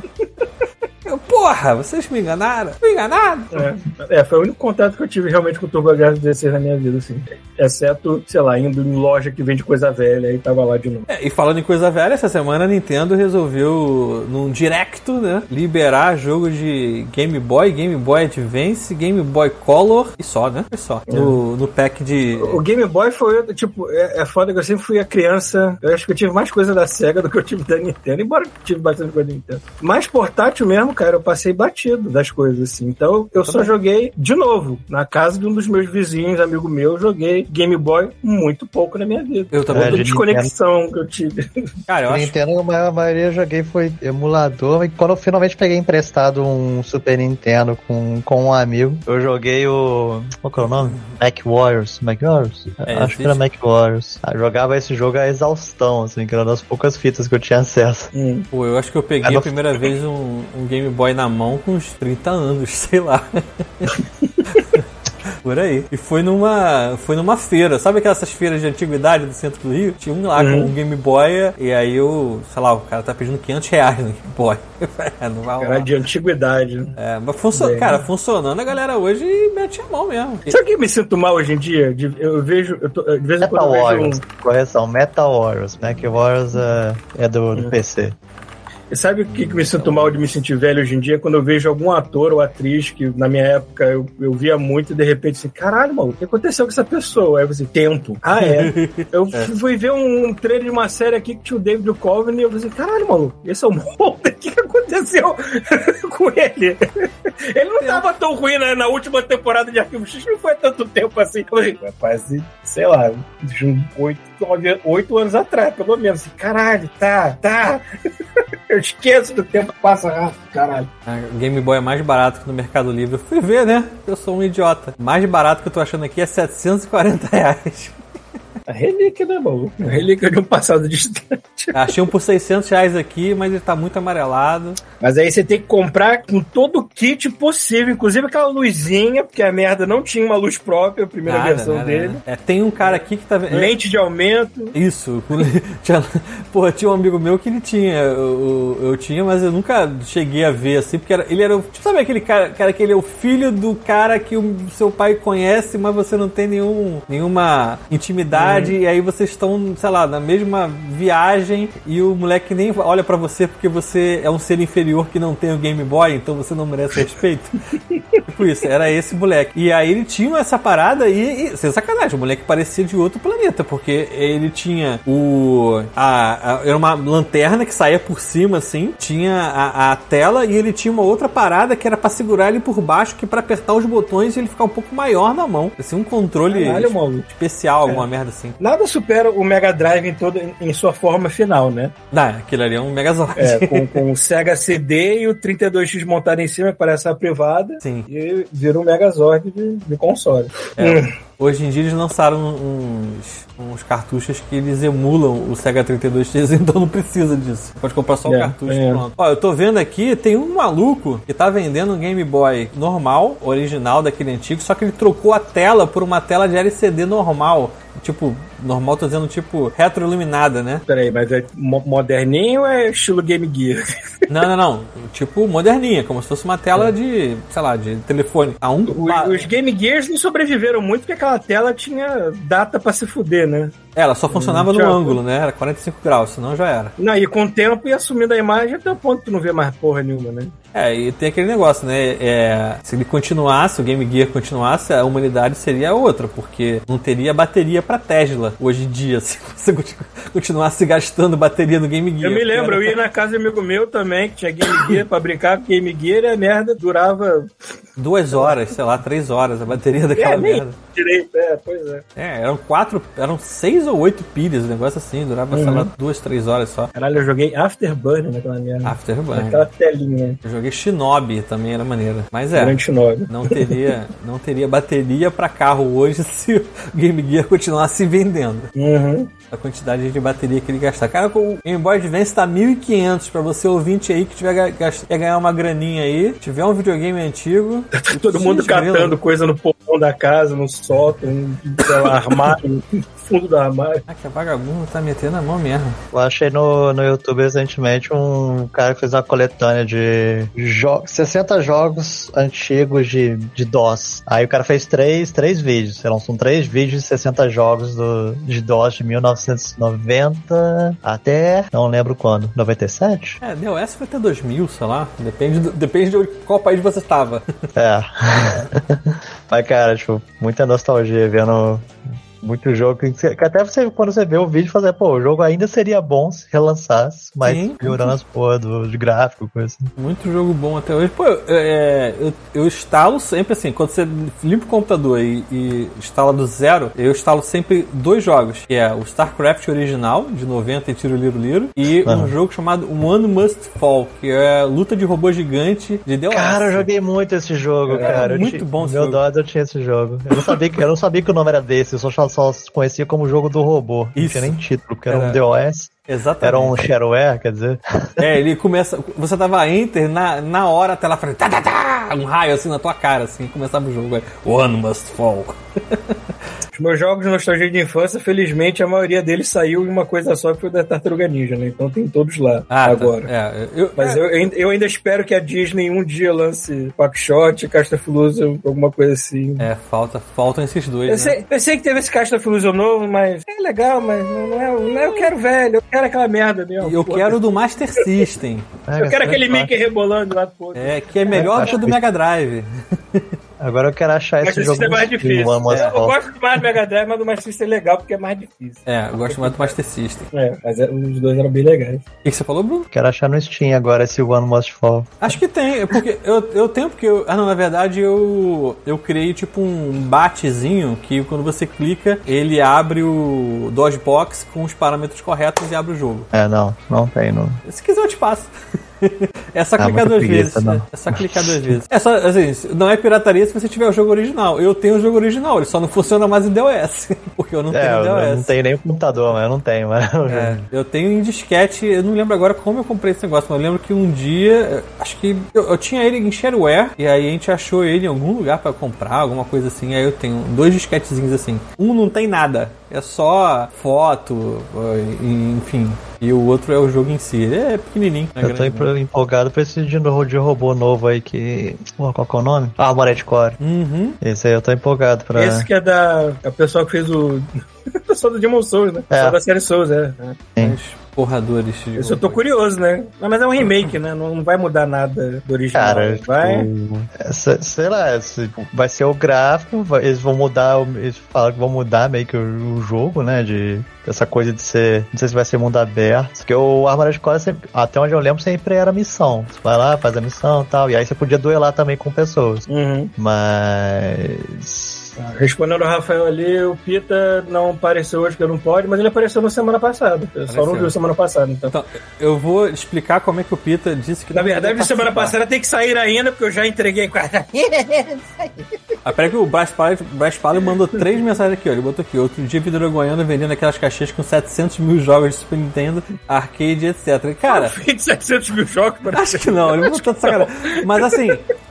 Porra, vocês me enganaram? Me enganaram? Foi o único contato que eu tive realmente com o TurboGrafx 16 na minha vida, assim. Exceto, sei lá, indo em loja que vende coisa velha e tava lá de novo. E falando em coisa velha, essa semana a Nintendo resolveu, num Direct, né, liberar jogo de Game Boy Advance, Game Boy Color e só, né? Foi só. No pack de... O Game Boy foi, tipo, é foda que eu sempre fui a criança. Eu acho que eu tive mais coisa da Sega do que eu tive da Nintendo, embora eu tive bastante coisa da Nintendo. Mais portátil mesmo, cara, eu passei batido das coisas, assim. Então, eu só joguei, de novo, na casa de um dos meus vizinhos, amigo meu, joguei Game Boy muito pouco na minha vida. Eu também. De desconexão que eu tive. Cara, eu acho... Nintendo, a maioria eu joguei foi emulador, e quando eu finalmente peguei emprestado um Super Nintendo com um amigo, eu joguei qual que é o nome? Mac Warriors. Acho que era Mac Warriors. Eu jogava esse jogo a exaustão, assim, que era uma das poucas fitas que eu tinha acesso. Pô, eu acho que eu peguei a primeira vez um Game Boy na mão com uns 30 anos, sei lá. Por aí. E foi numa feira. Sabe aquelas feiras de antiguidade do centro do Rio? Tinha um lá com um Game Boy, e aí o cara tá pedindo R$500 no Game Boy. Não vai Cara de antiguidade, né? Mas funcionando, a galera hoje mete a mão mesmo. Sabe o que eu me sinto mal hoje em dia? Eu vejo, de vez em quando eu vejo correção, Metal Warriors. Mac Warriors é do PC. E sabe o que me sinto mal de me sentir velho hoje em dia? Quando eu vejo algum ator ou atriz que na minha época eu via muito e de repente assim, caralho, mano, o que aconteceu com essa pessoa? Aí eu falei, tempo. Ah, é? Eu fui ver um trailer de uma série aqui que tinha o David Duchovny e eu falei assim, caralho, mano, esse é o Mulder? O que aconteceu com ele? Ele não tava tão ruim na última temporada de Arquivo X, não foi tanto tempo assim. Eu falei, quase, sei lá, 8 anos atrás, pelo menos. Assim, caralho, tá. Eu esqueço do tempo que passa rápido, caralho. O Game Boy é mais barato que no Mercado Livre. Eu fui ver, né? Eu sou um idiota. Mais barato que eu tô achando aqui é R$740. A relíquia, né, maluco? A relíquia de um passado distante. Achei um por R$600 aqui, mas ele tá muito amarelado. Mas aí você tem que comprar com todo o kit possível, inclusive aquela luzinha, porque a merda não tinha uma luz própria, a primeira versão dele. Tem um cara aqui que tá... Lente de aumento. Isso. Porra, tinha um amigo meu que ele tinha. Eu tinha, mas eu nunca cheguei a ver, assim, porque ele era... Tipo, sabe aquele cara que ele é o filho do cara que o seu pai conhece, mas você não tem nenhuma intimidade, e aí vocês estão, sei lá, na mesma viagem e o moleque nem olha pra você porque você é um ser inferior que não tem o Game Boy, então você não merece respeito. Tipo isso, era esse moleque. E aí ele tinha essa parada e sem sacanagem, o moleque parecia de outro planeta, porque ele tinha era uma lanterna que saía por cima, assim, tinha a tela e ele tinha uma outra parada que era pra segurar ele por baixo, que pra apertar os botões ele ficar um pouco maior na mão. Assim, um controle especial, alguma merda assim. Nada supera o Mega Drive em sua forma final, né? Aquilo ali é um Megazord. Com o Sega CD e o 32X montado em cima, que parece a privada. Sim. E virou um Megazord de console. Hoje em dia eles lançaram uns cartuchos que eles emulam o Sega 32X, então não precisa disso. Pode comprar só o cartucho pronto. Ó, eu tô vendo aqui, tem um maluco que tá vendendo um Game Boy normal, original, daquele antigo, só que ele trocou a tela por uma tela de LCD normal. Tipo, normal, tô dizendo tipo retroiluminada, né? Peraí, mas é moderninho ou é estilo Game Gear? Não. Tipo moderninha, como se fosse uma tela de, sei lá, de telefone. Os Game Gears não sobreviveram muito porque aquela tela tinha data pra se fuder, né? Ela só funcionava no ângulo, né? Era 45 graus, senão já era. Não, e com o tempo ia sumindo a imagem até o ponto que tu não vê mais porra nenhuma, né? E tem aquele negócio, né? Se ele continuasse, o Game Gear continuasse, a humanidade seria outra, porque não teria bateria pra Tesla hoje em dia, se você continuasse gastando bateria no Game Gear. Eu me lembro, eu ia na casa de um amigo meu também, que tinha Game Gear pra brincar com Game Gear, e a merda durava 2 horas, sei lá, 3 horas, a bateria daquela merda. Direito, pois é. Eram 6 ou 8 pilhas, um negócio assim, durava, sei lá, 2, 3 horas só. Caralho, eu joguei Afterburner naquela merda. Afterburner. Naquela telinha. Eu joguei Shinobi, também era maneira. Mas Grande Shinobi. Não teria bateria pra carro hoje se o Game Gear continuasse vendendo. A quantidade de bateria que ele gastar. Cara, o Game Boy Advance tá 1.500 pra você ouvinte aí que quer ganhar uma graninha aí, tiver um videogame antigo. Todo mundo catando coisa no portão da casa, no sótão, sei lá, armário, fundo do armário. Que a vagabundo tá metendo a mão mesmo. Eu achei no YouTube recentemente um cara que fez uma coletânea de 60 jogos antigos de DOS. Aí o cara fez 3 vídeos, sei lá, são 3 vídeos de 60 jogos de DOS de 1990 até, não lembro quando, 97? DOS foi até 2000, sei lá, depende de qual país você estava. Mas cara, tipo, muita nostalgia vendo muito jogo que até você, quando você vê o vídeo, fazer, o jogo ainda seria bom se relançasse, mas piorando as porra de gráfico, coisa assim. Muito jogo bom até hoje. Eu instalo sempre assim, quando você limpa o computador e instala do zero, eu instalo sempre 2 jogos, que é o StarCraft original, de 90 e tiro liro, e um jogo chamado One Must Fall, que é luta de robô gigante de DOS. Cara, eu joguei muito esse jogo, cara. Muito bom esse jogo. Meu DOS eu tinha esse jogo. Eu não sabia que o nome era desse, eu só conhecia como o jogo do robô. Isso. Não tinha nem título, porque era um DOS. Exatamente. Era um shareware, quer dizer? Ele começa... Você dava Enter, na hora a tela faz... um raio assim na tua cara, assim, começava o jogo. One must fall. Os meus jogos de nostalgia de infância, felizmente, a maioria deles saiu em uma coisa só, que foi o da Tartaruga Ninja, né? Então tem todos lá agora. Tá. Mas eu ainda espero que a Disney um dia lance Quackshot, Castafiluso, alguma coisa assim. Faltam esses dois, eu sei que teve esse Castafiluso novo, mas é legal, mas não é eu quero velho, eu quero aquela merda mesmo. Eu quero do Master System. Eu quero aquele Mickey rebolando lá do outro. Que é melhor do que o do Mega Drive. Agora eu quero achar esse jogo é mais difícil. Eu gosto mais do Mega Drive, mas do Master System é legal porque é mais difícil. Eu gosto mais do Master System. Mas os dois eram bem legais. O que você falou, Bruno? Quero achar no Steam agora esse One Must Fall. Acho que tem, porque eu tenho, porque na verdade eu criei tipo um batezinho que quando você clica, ele abre o DOSBox com os parâmetros corretos e abre o jogo. Não tem, não. Se quiser eu te passo. É só clicar duas vezes. É só clicar 2 vezes. É só, assim, não é pirataria se você tiver o jogo original. Eu tenho o jogo original, ele só não funciona mais em DOS. Porque eu não tenho DOS. Eu não tenho nem o computador, mas eu não tenho. Eu tenho em disquete, eu não lembro agora como eu comprei esse negócio, mas eu lembro que um dia, acho que eu tinha ele em shareware, e aí a gente achou ele em algum lugar pra comprar, alguma coisa assim, aí eu tenho 2 disquetezinhos assim. Um não tem nada, é só foto, enfim. E o outro é o jogo em si. Ele é pequenininho. Eu tô empolgado pra esse de robô novo aí que... qual que é o nome? Armored Core. Uhum. Esse aí eu tô empolgado pra... Esse que é da... a pessoa que fez o... o pessoal do Demon Souls, né? O pessoal da série Souls, porradores. Isso eu tô curioso, né? Mas é um remake, né? Não vai mudar nada do original. Cara, vai... sei lá, vai ser o gráfico, eles vão mudar, eles falaram que vão mudar meio que o jogo, né? Essa coisa de ser, não sei se vai ser mundo aberto, porque o Armored Core, até onde eu lembro, sempre era missão. Você vai lá, faz a missão e tal, e aí você podia duelar também com pessoas. Uhum. Mas... Respondendo ao Rafael ali, o Pita não apareceu hoje, que não pode, mas ele apareceu na semana passada. Só não viu semana passada, então. Eu vou explicar como é que o Pita disse que... Na verdade, semana passada tem que sair ainda, porque eu já entreguei quarta-feira. Peraí que o Bryce Palio mandou 3 mensagens aqui, ó. Ele botou aqui: outro dia Vidro Goiânia vendendo aquelas caixinhas com 700 mil jogos de Super Nintendo, arcade, etc. Cara... Não de 700 mil jogos? Acho que não, ele botou de sacanagem. Mas assim,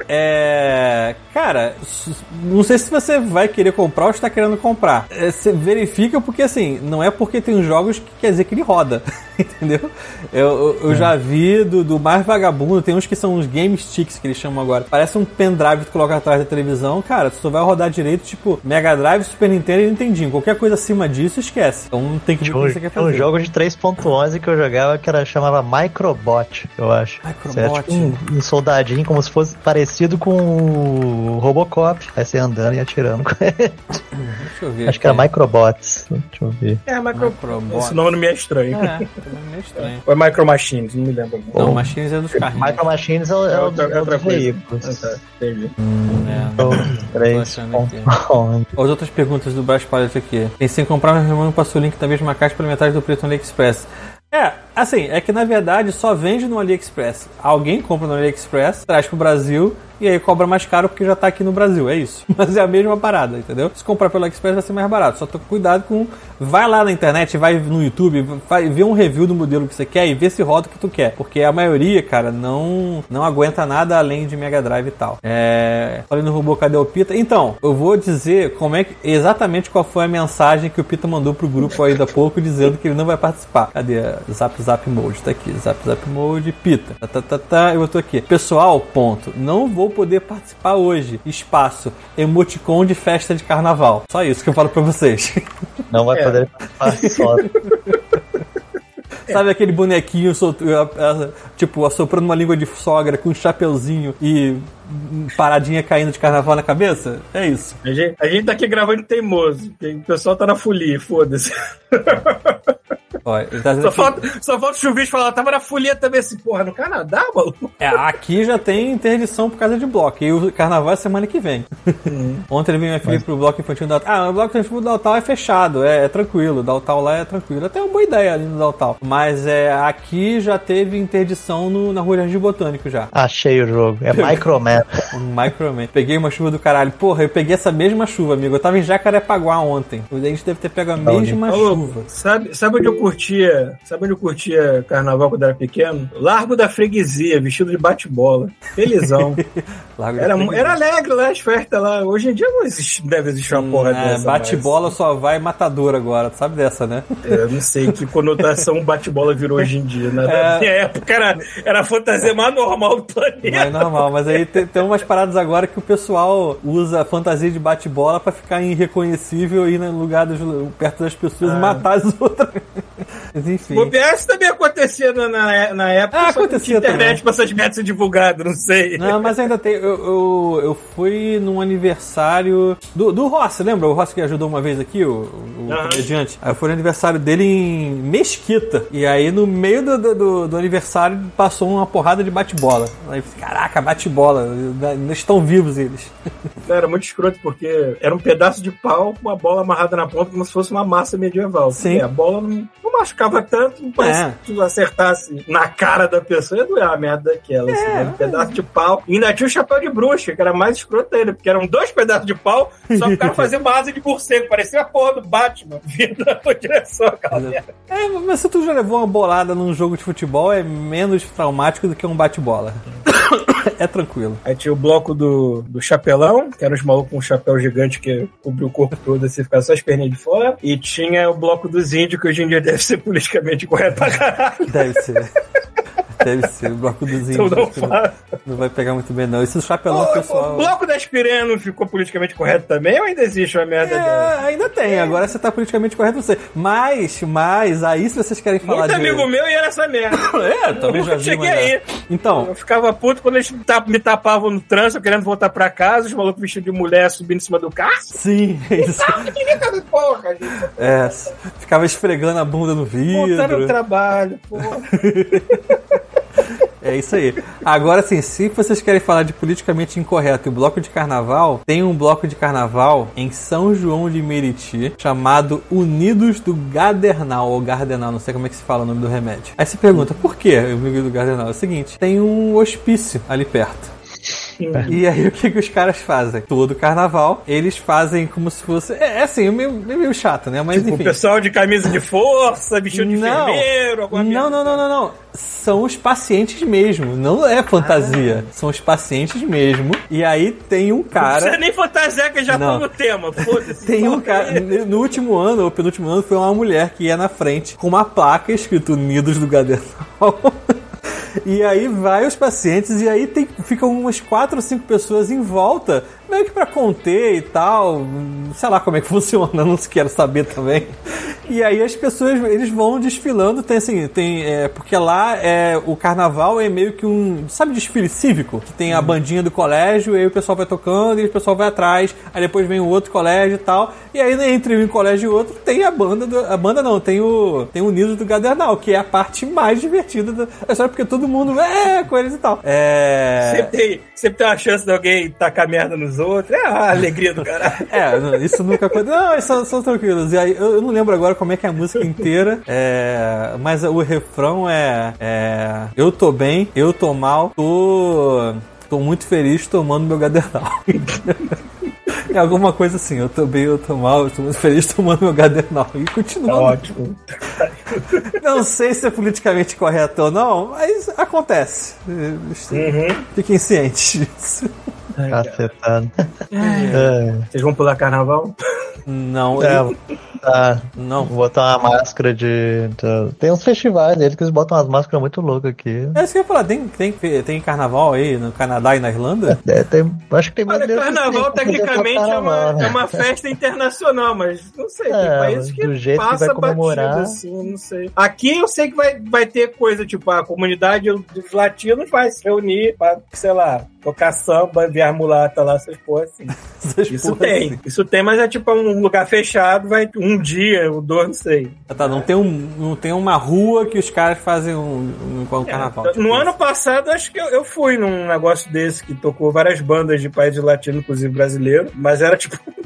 cara, não sei se você vai querer comprar ou está querendo comprar. Você verifica porque, assim, não é porque tem jogos que quer dizer que ele roda. Entendeu? Eu já vi do mais vagabundo, tem uns que são uns game sticks que eles chamam agora. Parece um pendrive que tu coloca atrás da televisão. Cara, tu só vai rodar direito, tipo, Mega Drive, Super Nintendo e Nintendinho. Qualquer coisa acima disso, esquece. Então tem que ver o que você quer fazer. Tinha um jogo de 3.11 que eu jogava que chamava Microbot, eu acho. Microbot. Tipo um soldadinho, como se fosse parecido com o Robocop. Aí você andando e atirando com ele. Deixa eu ver. Acho que era Microbots. Deixa eu ver. Microbot. Esse nome não me é estranho. Meio estranho. Ou é Micro Machines, não me lembro. Não, Machines é dos carrinhos. Micro Machines é outra veículos. Entendi. As outras perguntas do Brás Pallet aqui. Pensei em comprar, meu irmão passou o link da mesma caixa pela metade do preço no AliExpress. Assim, é que na verdade só vende no AliExpress. Alguém compra no AliExpress, traz pro Brasil e aí cobra mais caro porque já tá aqui no Brasil, é isso. Mas é a mesma parada, entendeu? Se comprar pelo AliExpress vai ser mais barato. Só tô com cuidado com... Vai lá na internet, vai no YouTube, vai ver um review do modelo que você quer e vê se roda o que tu quer. Porque a maioria, cara, não aguenta nada além de Mega Drive e tal. Falei no robô, cadê o Pita? Então, eu vou dizer exatamente qual foi a mensagem que o Pita mandou pro grupo aí da pouco, dizendo que ele não vai participar. Cadê? Zap Mode, tá aqui. Zap Mode, Pita. Eu tô aqui. Pessoal, ponto. Não vou poder participar hoje. Espaço. Emoticon de festa de carnaval. Só isso que eu falo pra vocês. Não vai poder participar só. Sabe aquele bonequinho tipo, assoprando uma língua de sogra com um chapeuzinho e paradinha caindo de carnaval na cabeça? É isso. A gente tá aqui gravando teimoso. O pessoal tá na folia, foda-se. Só falta o Chuvisco falar, tava na folia também assim, porra, no Canadá, maluco? Aqui já tem interdição por causa de bloco. E o carnaval é semana que vem. Ontem ele veio minha filha pro bloco infantil do Daltal. O bloco infantil do Daltal é fechado, é tranquilo. O Daltal lá é tranquilo. Até uma boa ideia ali no Daltal. Mas aqui já teve interdição na Rua Jardim Botânico já. Achei o jogo. É Microman. Microman. Peguei uma chuva do caralho. Porra, eu peguei essa mesma chuva, amigo. Eu tava em Jacarepaguá ontem. A gente deve ter pego a mesma chuva. Sabe onde eu curti curtia? Sabe onde eu curtia carnaval quando era pequeno? Largo da Freguesia, vestido de bate-bola. Felizão. Era alegre lá, as festas lá. Hoje em dia não deve existir uma porra dessa. Bate-bola só vai matador agora, tu sabe dessa, né? Eu não sei que conotação bate-bola virou hoje em dia, né? Na minha época era a fantasia mais normal do planeta. Mais normal, mas aí tem umas paradas agora que o pessoal usa a fantasia de bate-bola pra ficar irreconhecível e ir no lugar perto das pessoas e matar as outras. Mas enfim. O PS também acontecia na época, acontecia internet também. pra essas metas ser divulgado, não sei. Não, mas ainda tem. Eu fui num aniversário do Rossi, lembra? O Rossi que ajudou uma vez aqui, o comediante. Aí eu fui no aniversário dele em Mesquita. E aí no meio do aniversário passou uma porrada de bate-bola. Aí eu falei, caraca, bate-bola, ainda estão vivos eles. Era muito escroto porque era um pedaço de pau com uma bola amarrada na ponta como se fosse uma massa medieval. Sim. A bola não machucava tanto, não parece que tu acertasse na cara da pessoa, ia doer uma merda daquela. Assim, era um pedaço de pau. E ainda tinha o chapéu de bruxa, que era mais escroto ainda, porque eram 2 pedaços de pau, só que o cara fazia uma asa de morcego, parecia a porra do Batman, vindo na direção, galera. Mas se tu já levou uma bolada num jogo de futebol, é menos traumático do que um bate-bola. É tranquilo. Aí tinha o bloco do chapelão, que era os malucos com um chapéu gigante que cobriu o corpo todo, assim, ficava só as perninhas de fora. E tinha o bloco dos índios, que hoje em dia deve ser politicamente correto pra caralho. Deve ser. O bloco dos índios não vai pegar muito bem, não. Esse chapelão pessoal. O bloco das piranhas não ficou politicamente correto também, ou ainda existe uma merda dessa? Ainda tem. Agora você tá politicamente correto você. Mas, aí se vocês querem falar muito amigo meu e era essa merda. Também já vi. Cheguei aí. Então. Eu ficava puto quando eles me tapavam no trânsito, querendo voltar pra casa, os malucos vestidos de mulher subindo em cima do carro. Sim, isso. Porra, gente. Ficava esfregando a bunda no vidro. Voltando no trabalho, porra. É isso aí. Agora, assim, se vocês querem falar de politicamente incorreto e bloco de carnaval, tem um bloco de carnaval em São João de Meriti chamado Unidos do Gadernal, ou Gardenal, não sei como é que se fala o nome do remédio. Aí você pergunta, por que o Unidos do Gardenal? É o seguinte, tem um hospício ali perto. E aí o que os caras fazem? Todo carnaval, eles fazem como se fosse... É meio chato, né? Mas tipo, enfim. O pessoal de camisa de força, vestido de enfermeiro, alguma merda. Não. São os pacientes mesmo, não é fantasia. São os pacientes mesmo. E aí tem um cara... Não precisa nem fantasiar, que já foi no tema, foda-se. Tem um cara... No último ano, ou penúltimo ano, foi uma mulher que ia na frente com uma placa escrito Unidos do Gadernal. E aí vai os pacientes e aí ficam umas 4 ou 5 pessoas em volta, meio que pra conter e tal, sei lá como é que funciona, não quero saber também. E aí as pessoas, eles vão desfilando, porque lá o carnaval é meio que sabe, desfile cívico? Que tem a bandinha do colégio, e aí o pessoal vai tocando e o pessoal vai atrás, aí depois vem o outro colégio e tal, e aí entre um colégio e outro tem tem o Unidos do Gadernal, que é a parte mais divertida da história, porque todo mundo com eles e tal. Sempre tem uma chance de alguém tacar merda nos outros, é a alegria do caralho. Isso nunca acontece. Não, eles são tranquilos. E aí, eu não lembro agora como é que é a música inteira, mas o refrão é eu tô bem, eu tô mal, tô muito feliz tomando meu Gadernal. É alguma coisa assim, eu tô bem, eu tô mal, eu tô muito feliz tomando meu Gadernal. E continua. Ótimo. Não sei se é politicamente correto ou não, mas acontece. Fiquem cientes disso. Cacetado. Vocês vão pular carnaval? Não. Não. Vou botar uma máscara Tem uns festivais deles que eles botam umas máscaras muito loucas aqui. É isso que eu ia falar. Tem carnaval aí no Canadá e na Irlanda? Acho que tem mais. Olha, carnaval tecnicamente é uma festa internacional, mas não sei. Tem países que passa batido, assim, não sei. Aqui eu sei que vai ter coisa, tipo, a comunidade dos latinos vai se reunir pra, sei lá, tocar samba, ver a mulata lá, essas porras assim. Isso tem, mas é tipo um lugar fechado, vai um dia, ou 2, não sei. Não tem uma rua que os caras fazem um carnaval. No ano passado, acho que eu fui num negócio desse que tocou várias bandas de países latinos, inclusive brasileiro, mas era tipo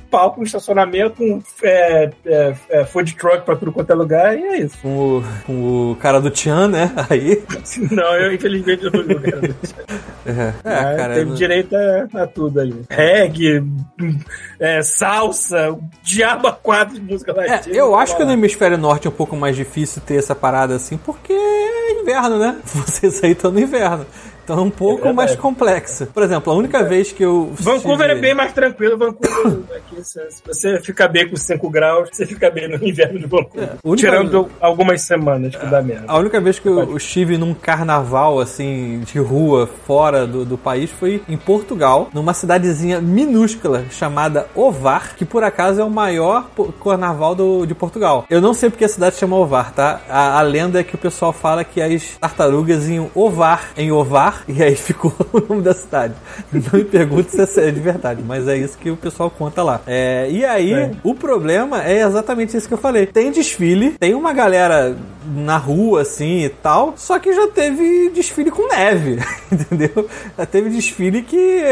palco, um estacionamento, com food truck pra tudo quanto é lugar, e é isso. Com o cara do Tchan, né? Aí. Não, eu infelizmente não vi o cara do Tchan. Cara, teve direito a tudo ali. Reggae, salsa, diabo 4 de música latina. Eu acho que no hemisfério norte é um pouco mais difícil ter essa parada assim, porque é inverno, né? Vocês aí estão no inverno. Então é um pouco mais complexo. Por exemplo, a única vez que eu... Vancouver é bem mais tranquilo. Vancouver, aqui, se você fica bem com 5 graus, você fica bem no inverno de Vancouver. Tirando algumas semanas que dá merda. A única vez que eu estive num carnaval, assim, de rua, fora do país, foi em Portugal, numa cidadezinha minúscula chamada Ovar, que por acaso é o maior carnaval de Portugal. Eu não sei porque a cidade chama Ovar, tá? A lenda é que o pessoal fala que as tartarugas iam ovar em Ovar, e aí ficou o nome da cidade. Não me pergunte se é de verdade, mas é isso que o pessoal conta lá. E aí, o problema é exatamente isso que eu falei. Tem desfile, tem uma galera na rua, assim, e tal, só que já teve desfile com neve, entendeu? Já teve desfile que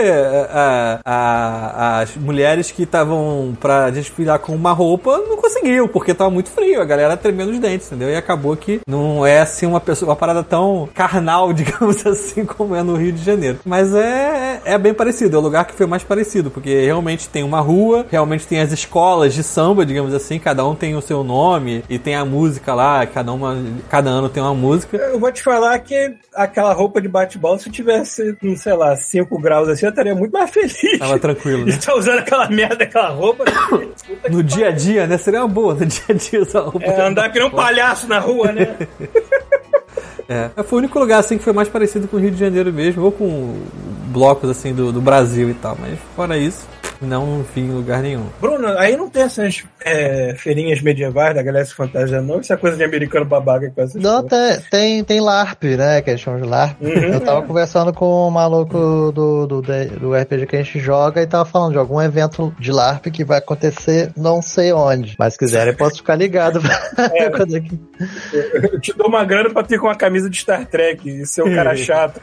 as mulheres que estavam pra desfilar com uma roupa não conseguiam, porque tava muito frio, a galera tremendo os dentes, entendeu? E acabou que não é, assim, uma parada tão carnal, digamos assim, como é no Rio de Janeiro. Mas é bem parecido, é o lugar que foi mais parecido, porque realmente tem uma rua, realmente tem as escolas de samba, digamos assim, cada um tem o seu nome, e tem a música lá, cada ano tem uma música. Eu vou te falar que aquela roupa de bate-bola, se tivesse, sei lá, 5 graus assim, eu estaria muito mais feliz. Tava tranquilo, né? De estar usando aquela merda, aquela roupa. No dia a dia, né? Seria uma boa, no dia a dia usar roupa. Andar que nem um palhaço na rua, né? Foi o único lugar assim que foi mais parecido com o Rio de Janeiro mesmo, ou com blocos assim do Brasil e tal, mas fora isso, não vi em lugar nenhum. Bruno, aí não tem essas feirinhas medievais da galera se fantasiando, não? Isso é coisa de americano babaca com essas Não, tem LARP, né? Que eles chamam de LARP. Eu tava conversando com o maluco do RPG que a gente joga e tava falando de algum evento de LARP que vai acontecer não sei onde. Mas se quiserem, posso ficar ligado. Eu te dou uma grana pra ter com uma camisa de Star Trek e ser um cara chato.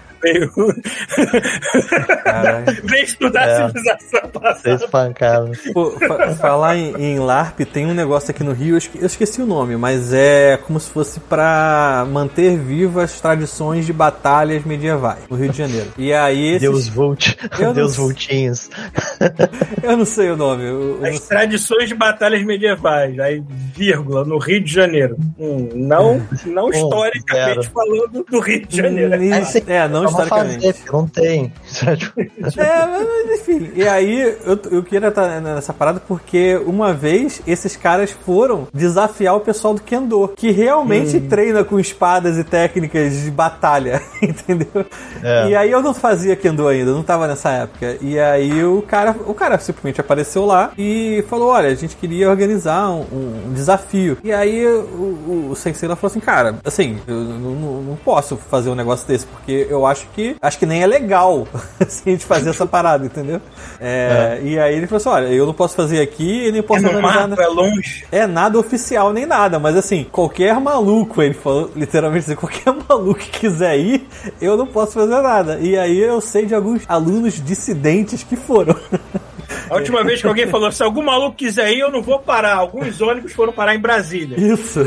Vem estudar a civilização passada. Espancados. Falar em LARP, tem um negócio aqui no Rio, eu esqueci o nome, mas é como se fosse pra manter vivas as tradições de batalhas medievais no Rio de Janeiro. E aí Deus Voltinhos. Eu não sei o nome. As tradições de batalhas medievais, aí vírgula, no Rio de Janeiro. Não historicamente falando do Rio de Janeiro. Não historicamente. Não tem. Mas enfim. E aí, eu queria estar nessa parada porque uma vez esses caras foram desafiar o pessoal do Kendo, que realmente treina com espadas e técnicas de batalha, entendeu? E aí eu não fazia Kendo ainda, não tava nessa época. E aí o cara simplesmente apareceu lá e falou, olha, a gente queria organizar um desafio. E aí o sensei lá falou assim, cara, assim, eu não posso fazer um negócio desse, porque eu acho que nem é legal assim, a gente fazer essa parada, entendeu? E aí ele falou assim, olha, eu não posso fazer aqui e nem posso organizar nada. É longe. Nada oficial nem nada, mas assim, qualquer maluco, ele falou, literalmente, qualquer maluco que quiser ir, eu não posso fazer nada. E aí eu sei de alguns alunos dissidentes que foram. A última vez que alguém falou, se algum maluco quiser ir, eu não vou parar. Alguns ônibus foram parar em Brasília. Isso.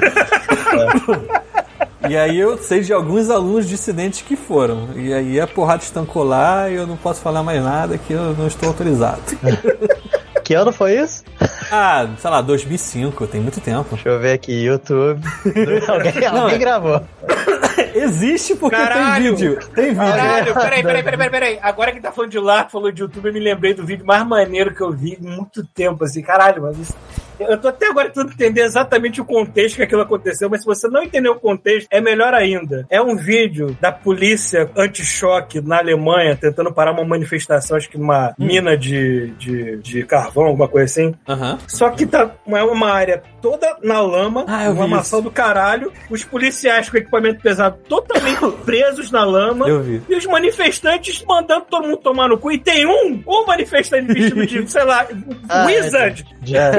E aí eu sei de alguns alunos dissidentes que foram. E aí a porrada estancou lá e eu não posso falar mais nada, que eu não estou autorizado. Que ano foi isso? Sei lá, 2005, tem muito tempo. Deixa eu ver aqui, YouTube. Alguém gravou. Existe porque tem vídeo. Tem vídeo. Caralho, peraí. Agora que tá falando de LARP, falou de YouTube, eu me lembrei do vídeo mais maneiro que eu vi em muito tempo, assim, caralho, mas isso... Eu tô até agora tentando entender exatamente o contexto que aquilo aconteceu, mas se você não entender o contexto, é melhor ainda. É um vídeo da polícia anti-choque na Alemanha tentando parar uma manifestação, acho que numa mina de carvão, alguma coisa assim. Só que tá uma área toda na lama, uma maçã do caralho, os policiais com equipamento pesado totalmente presos na lama, e os manifestantes mandando todo mundo tomar no cu, e tem um manifestante vestido de, sei lá, wizard. Eu vi.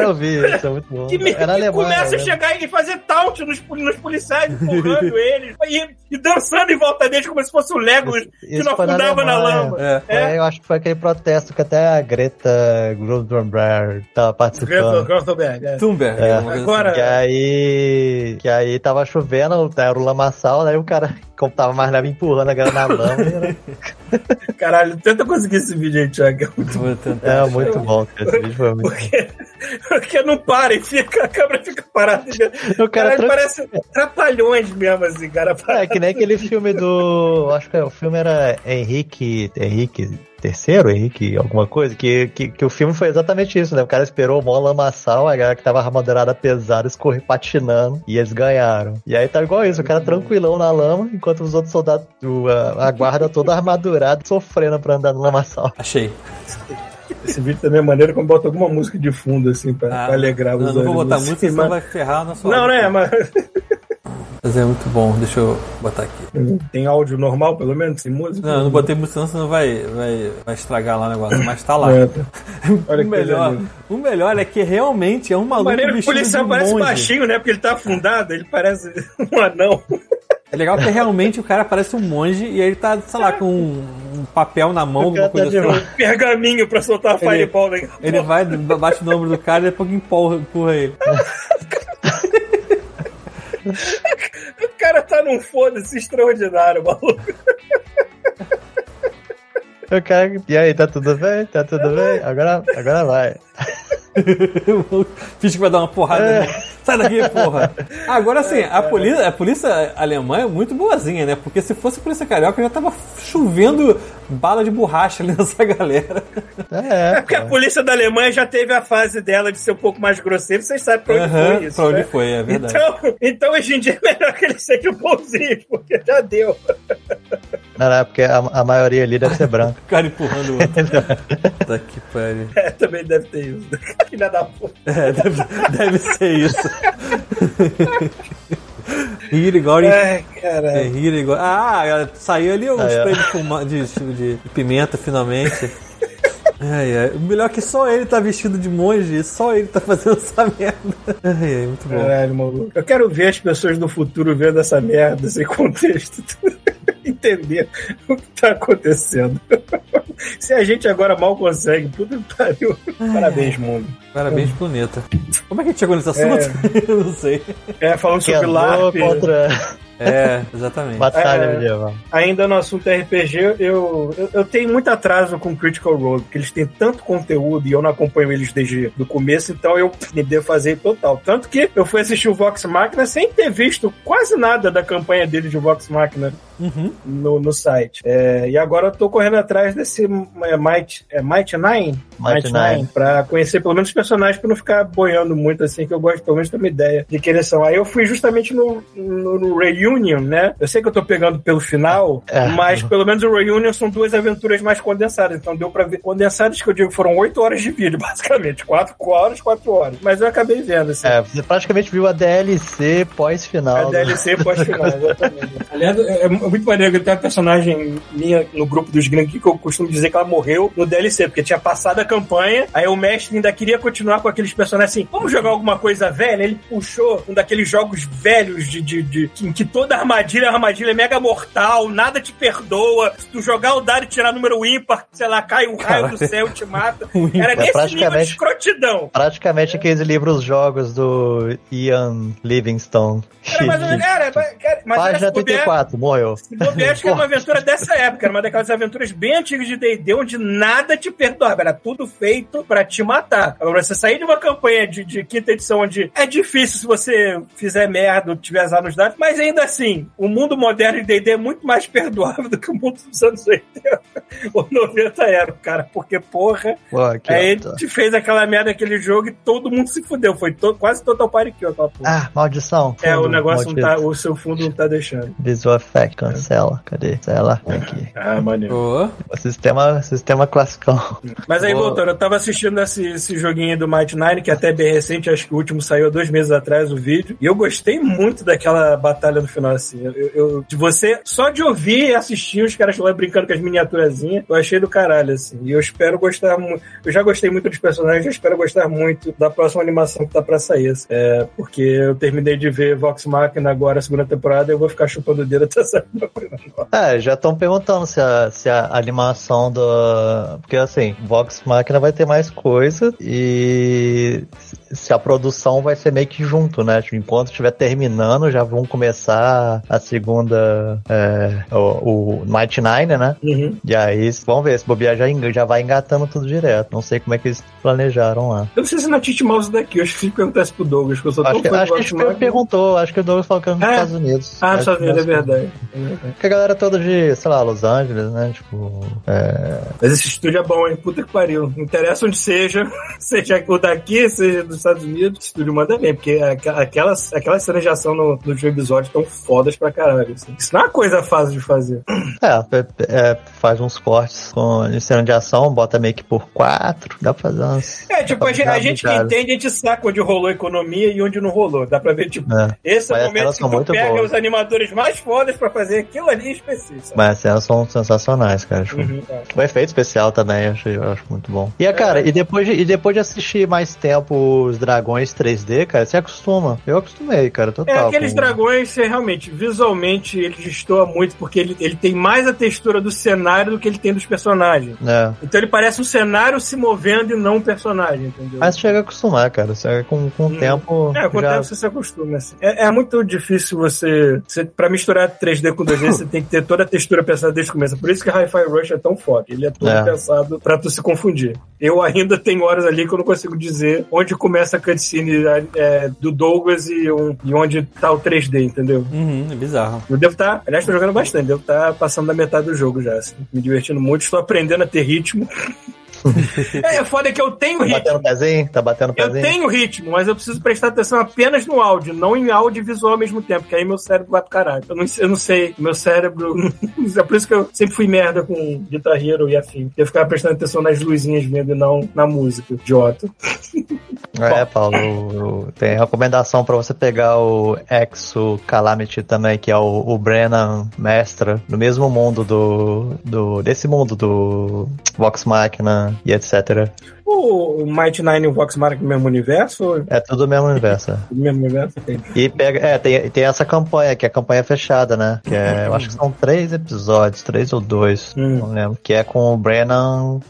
Isso é muito bom. Que começa a chegar e fazer taunt nos policiais, empurrando eles e dançando em volta deles como se fosse o Legolas que não afundava na lama. Eu acho que foi aquele protesto que até a Greta Thunberg tava participando. Thunberg. Agora... Que aí tava chovendo, era o lamaçal, aí o cara, como tava mais leve, empurrando a galera na lama. Caralho, tenta conseguir esse vídeo aí, Thiago. Muito bom, cara. Esse vídeo foi muito bom. Porque não para e a câmera fica parada. O cara parece trapalhões mesmo, assim, cara. É que nem aquele filme do... Acho que o filme era Henrique terceiro, Henrique, alguma coisa, que o filme foi exatamente isso, né? O cara esperou o mó lamaçal, a galera que tava armadurada pesada escorre patinando e eles ganharam. E aí tá igual isso, o cara tranquilão na lama, enquanto os outros soldados, a guarda toda armadurada, sofrendo pra andar no lamaçal. Achei. Esse vídeo também é maneiro quando bota alguma música de fundo, assim, pra alegrar os olhos. Não vou botar música, senão vai ferrar na sua. Não, né? Mas é muito bom, deixa eu botar aqui. Tem áudio normal, pelo menos, sem música? Não, eu não botei música, senão vai estragar lá o negócio, mas tá lá. Olha o melhor é que realmente é um maluco vestido de monge. O policial parece baixinho, né? Porque ele tá afundado, ele parece um anão. É legal que realmente o cara parece um monge e aí ele tá, sei lá, com um papel na mão, alguma coisa assim. Um pergaminho pra soltar a fireball. Ele vai, bate no ombro do cara e depois empurra ele. O cara tá num foda-se extraordinário, maluco. O cara, e aí, tá tudo bem? Tá tudo bem? Agora vai. Finge que vai dar uma porrada. Sai daqui, porra. Agora sim, a polícia alemã é muito boazinha, né? Porque se fosse a polícia carioca, já tava chovendo bala de borracha ali nessa galera. É porque a polícia da Alemanha já teve a fase dela de ser um pouco mais grosseiro, vocês sabem pra onde foi isso. Pra onde foi, é verdade. Então hoje em dia é melhor que eles sejam bonzinhos, porque já deu. Não, é porque a maioria ali deve ser branca. O cara empurrando o outro. Tá que pariu. Também deve ter isso. Filha da puta. Deve ser isso. Rir igual. Rir igual. Saiu ali o spray de pimenta, finalmente. O melhor é que só ele tá vestido de monge e só ele tá fazendo essa merda. Muito bom. Caralho, maluco. Eu quero ver as pessoas do futuro vendo essa merda, sem contexto. Entender o que tá acontecendo. Se a gente agora mal consegue, puta que pariu. Parabéns, mundo. Parabéns, planeta. Como é que a gente chegou nesse assunto? Eu não sei. Falando sobre LARP. Exatamente. Batalha medieval. Ainda no assunto RPG, eu tenho muito atraso com Critical Role, porque eles têm tanto conteúdo e eu não acompanho eles desde o começo, então eu me defasei total. Tanto que eu fui assistir o Vox Machina sem ter visto quase nada da campanha dele de Vox Machina no site. E agora eu tô correndo atrás desse Might Nine? Might Nine, pra conhecer pelo menos os personagens, pra não ficar boiando muito assim, que eu gosto pelo menos de ter uma ideia de quem eles são. Aí eu fui justamente no Reunion, né? Eu sei que eu tô pegando pelo final, mas pelo menos o Reunion são 2 aventuras mais condensadas, então deu pra ver. Condensadas que eu digo foram 8 horas de vídeo, basicamente. 4 horas. Mas eu acabei vendo, assim. Você praticamente viu a DLC pós-final. A DLC pós-final, exatamente. Aliás, é muito maneiro que tem uma personagem minha no grupo dos gringos que eu costumo dizer que ela morreu no DLC, porque tinha passado a campanha, aí o mestre ainda queria continuar com aqueles personagens assim, vamos jogar alguma coisa velha? Ele puxou um daqueles jogos velhos em que toda armadilha é mega mortal, nada te perdoa, se tu jogar o dado e tirar número ímpar, sei lá, cai um raio do céu e te mata. Era nesse nível de escrotidão. Praticamente aqueles livros-jogos do Ian Livingstone. Página 34, morreu. Eu acho que era uma aventura dessa época, era uma daquelas aventuras bem antigas de D&D, onde nada te perdoava, era tudo feito pra te matar. Agora, você sair de uma campanha de quinta edição, onde é difícil se você fizer merda ou tiver azar nos dados, mas ainda assim, o mundo moderno de D&D é muito mais perdoável do que o mundo dos anos 80 ou 90 era, cara, porque, porra, aí a gente fez aquela merda naquele jogo e todo mundo se fudeu, foi quase total party kill aquela porra. Maldição. O negócio não tá, o seu fundo não tá deixando. Visual effect. Tá, Cela, cadê? Cela, aqui. Ah, maneiro. Sistema classicão. Mas aí, voltando, eu tava assistindo esse joguinho do Might Nine, que até é bem recente, acho que o último saiu há 2 meses atrás, o vídeo, e eu gostei muito daquela batalha no final, assim. De você, só de ouvir e assistir os caras lá brincando com as miniaturazinhas, eu achei do caralho, assim. E eu espero gostar muito. Eu já gostei muito dos personagens, eu espero gostar muito da próxima animação que tá pra sair. Assim. Porque eu terminei de ver Vox Machina agora, a segunda temporada, e eu vou ficar chupando o dedo até sair uma coisa nova. Já estão perguntando se a animação do... Porque, assim, Vox Machina vai ter mais coisa e se a produção vai ser meio que junto, né? Enquanto estiver terminando, já vão começar a segunda, o Might Nine, né? Uhum. E aí, vamos ver, se bobear já vai engatando tudo direto. Não sei como é que eles planejaram lá. Eu não sei se na Tite Mouse daqui, eu acho que se perguntasse pro Douglas, que eu sou tão fã Acho que ele perguntou, acho que o Douglas falou que é nos Estados Unidos. Ah, nos Estados Unidos, é verdade. Porque a galera toda de, sei lá, Los Angeles, né? Tipo. Mas esse estúdio é bom, hein? Puta que pariu. Não interessa onde seja o daqui, seja dos Estados Unidos, o estúdio manda bem, porque aquelas cenas de ação no último episódio estão fodas pra caralho. Assim. Isso não é uma coisa fácil de fazer. Faz uns cortes com cena de ação, bota meio que por 4, dá pra fazer umas... tipo, a gente que entende, a gente saca onde rolou a economia e onde não rolou. Dá pra ver, tipo, esse é o momento que tu pega boas. Os animadores mais fodas pra fazer aquilo ali específico. Mas as cenas são sensacionais, cara. O efeito especial também, eu acho muito bom. E, cara, e depois de assistir mais tempo os dragões 3D, cara, você acostuma. Eu acostumei, cara, total. Aqueles dragões, realmente, visualmente, ele destoa muito, porque ele tem mais a textura do cenário do que ele tem dos personagens. Então ele parece um cenário se movendo e não um personagem, entendeu? Mas chega a acostumar, cara. Com o tempo... com o tempo você se acostuma, assim. É muito difícil você... Pra misturar 3D com 2D, você tem que ter toda a textura pensada desde o começo. Por isso que Hi-Fi Rush é tão forte. Ele é todo pensado pra tu se confundir. Eu ainda tenho horas ali que eu não consigo dizer onde começa a cutscene do Douglas e onde tá o 3D, entendeu? É bizarro. Eu devo estar... Aliás, tô jogando bastante. Devo estar passando da metade do jogo já, assim. Me divertindo muito. Estou aprendendo a ter ritmo. Foda que eu tenho ritmo. Tá batendo pezinho? Eu tenho ritmo, mas eu preciso prestar atenção apenas no áudio, não em áudio e visual ao mesmo tempo, que aí meu cérebro vai pro caralho. Eu não sei, meu cérebro... É por isso que eu sempre fui merda com Guitar Hero e afim. Eu ficava prestando atenção nas luzinhas mesmo e não na música, idiota. Paulo, tem recomendação pra você pegar o Exo Calamity também, que é o Brennan Mestra, no mesmo mundo desse mundo do Vox Machina e etc. O Might Nine e o Vox Machina no mesmo universo? É tudo o mesmo universo. Tudo mesmo universo? E tem essa campanha, que é a campanha fechada, né? Que eu acho que são 3 episódios, 3 ou 2, não lembro. Que é com o Brennan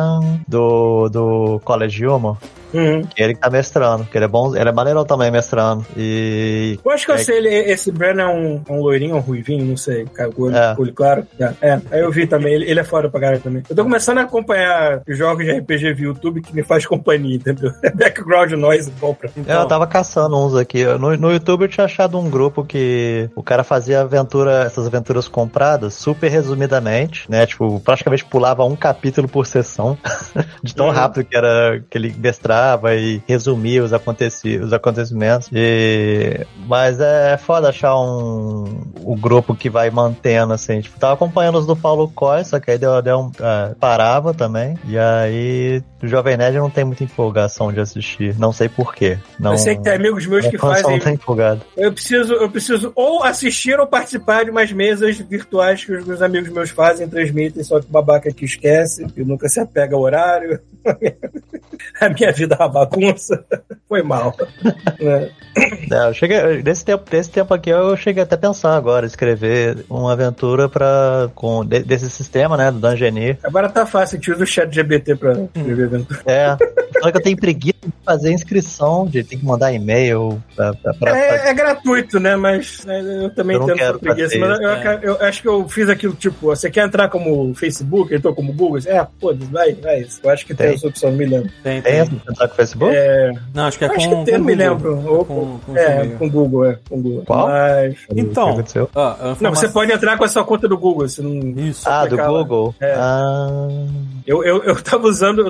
do College Humor. Que ele que tá mestrando, que ele é bom, ele é maneirão também mestrando. E... Eu acho que eu sei, esse Brennan é um loirinho, um ruivinho, não sei, olho claro. Aí eu vi também, ele é foda pra caralho também. Eu tô começando a acompanhar jogos de RPG via YouTube que me faz companhia, entendeu? Background noise bom pra mim. Eu tava caçando uns aqui. No YouTube eu tinha achado um grupo que o cara fazia essas aventuras compradas super resumidamente, né? Tipo, praticamente pulava um capítulo por sessão, de tão rápido que ele mestrava e resumia os acontecimentos. Mas é foda achar o grupo que vai mantendo, assim. Tipo, tava acompanhando os do Paulo Coy, só que aí parava também. E aí o Jovem Nerd não tem muita empolgação de assistir. Não sei porquê. Eu sei que tem amigos meus que fazem... Não tá empolgado. Eu preciso ou assistir ou participar de umas mesas virtuais que os meus amigos meus fazem, transmitem, só que o babaca que esquece e nunca se apega ao horário. A minha vida é uma bagunça. Foi mal. Eu cheguei, desse tempo aqui eu cheguei até a pensar agora, escrever uma aventura desse sistema, né, do Dungeoneer. Agora tá fácil, a gente usa o chat GPT pra escrever aventura. Só que eu tenho preguiça de fazer inscrição, tem que mandar e-mail É gratuito, né, mas eu também tenho essa preguiça, mas eu acho que eu fiz aquilo, tipo, você quer entrar como Facebook, entrou como Google? Vai. Eu acho que tem essa opção, não me lembro. Tem entrar com o Facebook? Não, acho que é com Google. Não me lembro. Com Google, com Google. Qual? Mas... Então, não, você pode entrar com a sua conta do Google. Você não... Isso. Do Google? Eu tava usando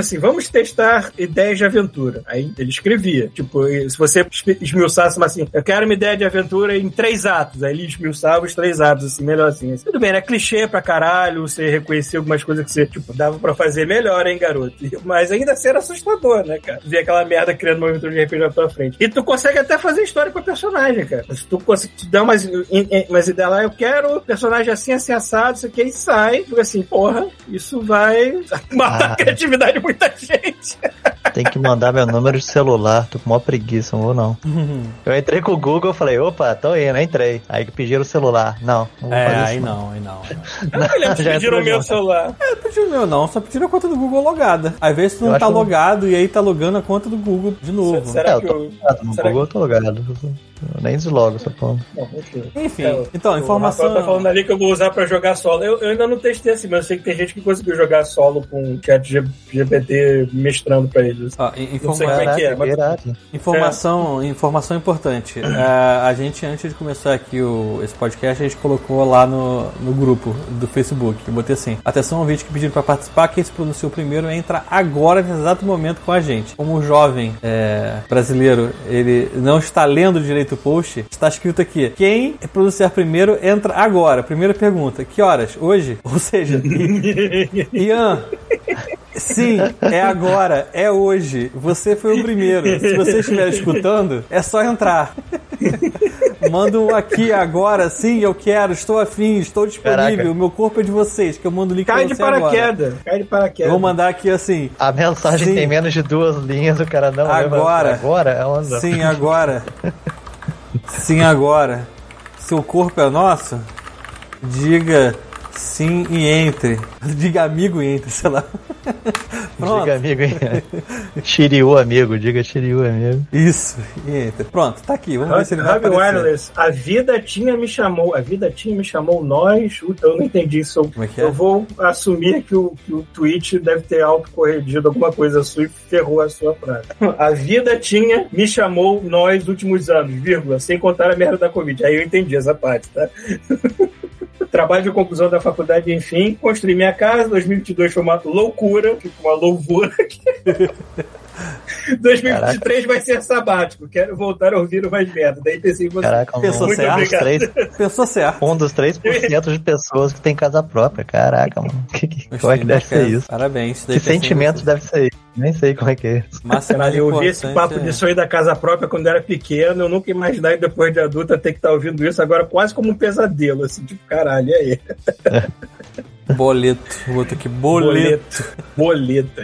assim, vamos testar ideias de aventura. Aí ele escrevia, tipo, se você esmiuçasse, mas assim, eu quero uma ideia de aventura em 3 atos. Aí ele esmiuçava os 3 atos, assim, melhorzinho. Assim. Tudo bem, era clichê pra caralho, você reconhecia algumas coisas que você, tipo, dava pra fazer melhor, hein, garoto? Mas ainda assim era assustador, né, cara? Ver aquela merda criando uma aventura de RPG na tua frente. E tu consegue até fazer história com o personagem, cara. Se tu dá umas ideias lá, eu quero personagem assim, assim, assado, isso aqui, aí sai, fica assim, porra, isso vai matar a criatividade de muita gente. Tem que mandar meu número de celular, tô com maior preguiça, não vou não. Eu entrei com o Google, falei, opa, tô indo, entrei. Aí que pediram o celular. Não vou fazer aí isso, não. Eu não me lembro se pediram o meu celular. Pediram o meu não, só pediram a conta do Google logada. Às vezes tu não tá logado e aí tá logando a conta do Google de novo. Será que eu tô logado, no Google eu tô logado. Eu nem deslogo essa porra. Enfim, então, informação... O Rafael tá falando ali que eu vou usar pra jogar solo. Eu ainda não testei assim, mas eu sei que tem gente que conseguiu jogar solo com o chat GPT mestrando pra eles. Não sei como é que é, mas... Informação importante. A gente, antes de começar aqui esse podcast, a gente colocou lá no grupo do Facebook. Eu botei assim, atenção ao vídeo que pediram pra participar, quem se pronunciou primeiro entra agora, nesse exato momento, com a gente. Como o jovem brasileiro, ele não está lendo direito o post, está escrito aqui, quem pronunciar primeiro entra agora. Primeira pergunta, que horas? Hoje? Ou seja, Ian, sim, é agora, é hoje. Você foi o primeiro. Se você estiver escutando, é só entrar. Manda um aqui agora, sim, eu quero, estou afim, estou disponível. Caraca. O meu corpo é de vocês, que eu mando o link pra você agora. Cai de paraquedas. Vou mandar aqui assim. A mensagem tem menos de 2 linhas, o cara não agora. Agora é onda. Sim, agora. Sim, agora. Seu corpo é nosso? Diga sim e entre. Diga amigo e entre, sei lá. Pronto. Diga amigo e entre. Shiryu amigo, diga Shiryu amigo. Isso, e entre. Pronto, tá aqui, vamos ver se ele vai aparecer. Wireless, a vida tinha me chamou nós, eu não entendi isso. Como é que é? Eu vou assumir que o tweet deve ter autocorrigido alguma coisa sua e ferrou a sua frase. A vida tinha me chamou nós últimos anos, vírgula, sem contar a merda da Covid. Aí eu entendi essa parte, tá? Trabalho de conclusão da faculdade, enfim, construí minha casa, 2022 foi uma loucura, uma louvura. 2023 vai ser sabático, quero voltar a ouvir o mais merda. Daí pensei em você. Caraca, pensou certo? Pensou certo. Um dos 3% de pessoas que tem casa própria. Caraca, mano. Como é que deve ser isso? Parabéns. Que sentimento deve ser isso? Nem sei como é que é isso. Caralho, eu ouvi esse papo de sonho da casa própria quando era pequeno, eu nunca imaginei depois de adulta ter que estar ouvindo isso agora quase como um pesadelo, assim, tipo, caralho, e aí? Boleto. Vou botar aqui, boleto. Boleto.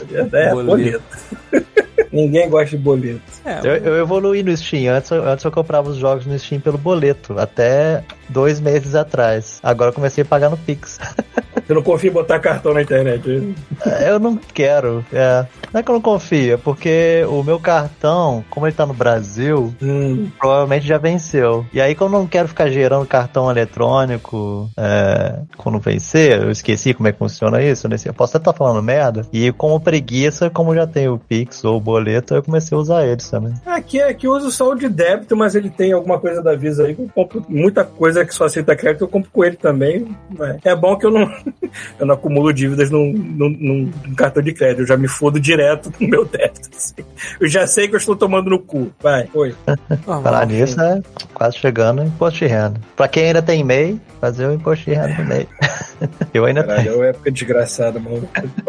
Ninguém gosta de boleto. Eu evoluí no Steam. Antes eu comprava os jogos no Steam pelo boleto. Até 2 meses atrás. Agora eu comecei a pagar no Pix. Você não confia em botar cartão na internet? Eu não quero. Não é que eu não confio, é porque o meu cartão, como ele tá no Brasil, provavelmente já venceu. E aí, como eu não quero ficar gerando cartão eletrônico quando vencer, eu esqueci como é que funciona isso. Eu posso até estar falando merda. E como preguiça, como já tem o Pix ou o boleto, eu comecei a usar eles também. Aqui eu uso só o de débito, mas ele tem alguma coisa da Visa aí que eu compro muita coisa que só aceita crédito, eu compro com ele também. É bom que eu não acumulo dívidas num cartão de crédito, eu já me fodo direto no meu débito. Assim. Eu já sei que eu estou tomando no cu. Vai, oi. Falar nisso, quase chegando o imposto de renda. Pra quem ainda tem MEI, fazer o imposto de renda do MEI. Eu ainda tenho. É uma época desgraçada, mano.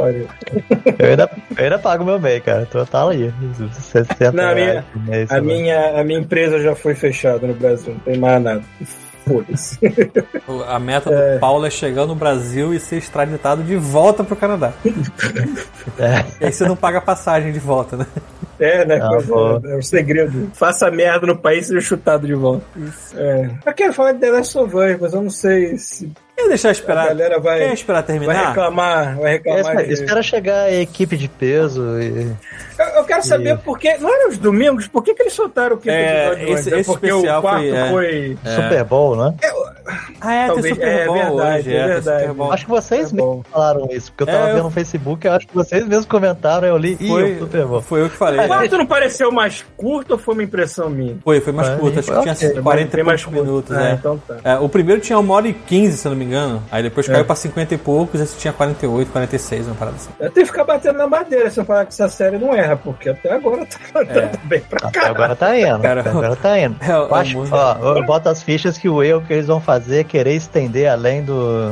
Eu ainda pago meu MEI, cara. Tá aí. 60 não, a minha empresa já foi fechada no Brasil, não tem mais nada. Foda-se. A meta do Paulo é chegar no Brasil e ser extraditado de volta pro Canadá. E aí você não paga passagem de volta, né? Né? É o segredo. Faça merda no país e seja chutado de volta. Isso. Eu quero falar de The Last of Us, mas eu não sei se... Quer deixar esperar? Quer esperar terminar? Vai reclamar. Espera chegar a equipe de peso e... Eu quero saber por que... Não eram os domingos? Por que eles soltaram o quinto episódio? Esse porque especial o quarto foi... Super Bowl, né? Talvez, tem Super Bowl verdade, hoje. é verdade. Super Bowl. Acho que vocês mesmos falaram isso, porque eu tava vendo no Facebook, eu acho que vocês mesmos comentaram, eu li e Super Bowl. Foi eu que falei. O quarto não pareceu mais curto ou foi uma impressão minha? Foi mais curto, acho que tinha 40 e poucos minutos. Então tá. O primeiro tinha 1h15, se eu não me engano. Aí depois caiu pra 50 e poucos, esse tinha 48, 46, uma parada assim. Eu tenho que ficar batendo na madeira se eu falar que essa série não erra, porque até agora tá andando bem pra cá. Agora tá indo. Agora tá indo. Eu boto as fichas que o erro que eles vão fazer é querer estender além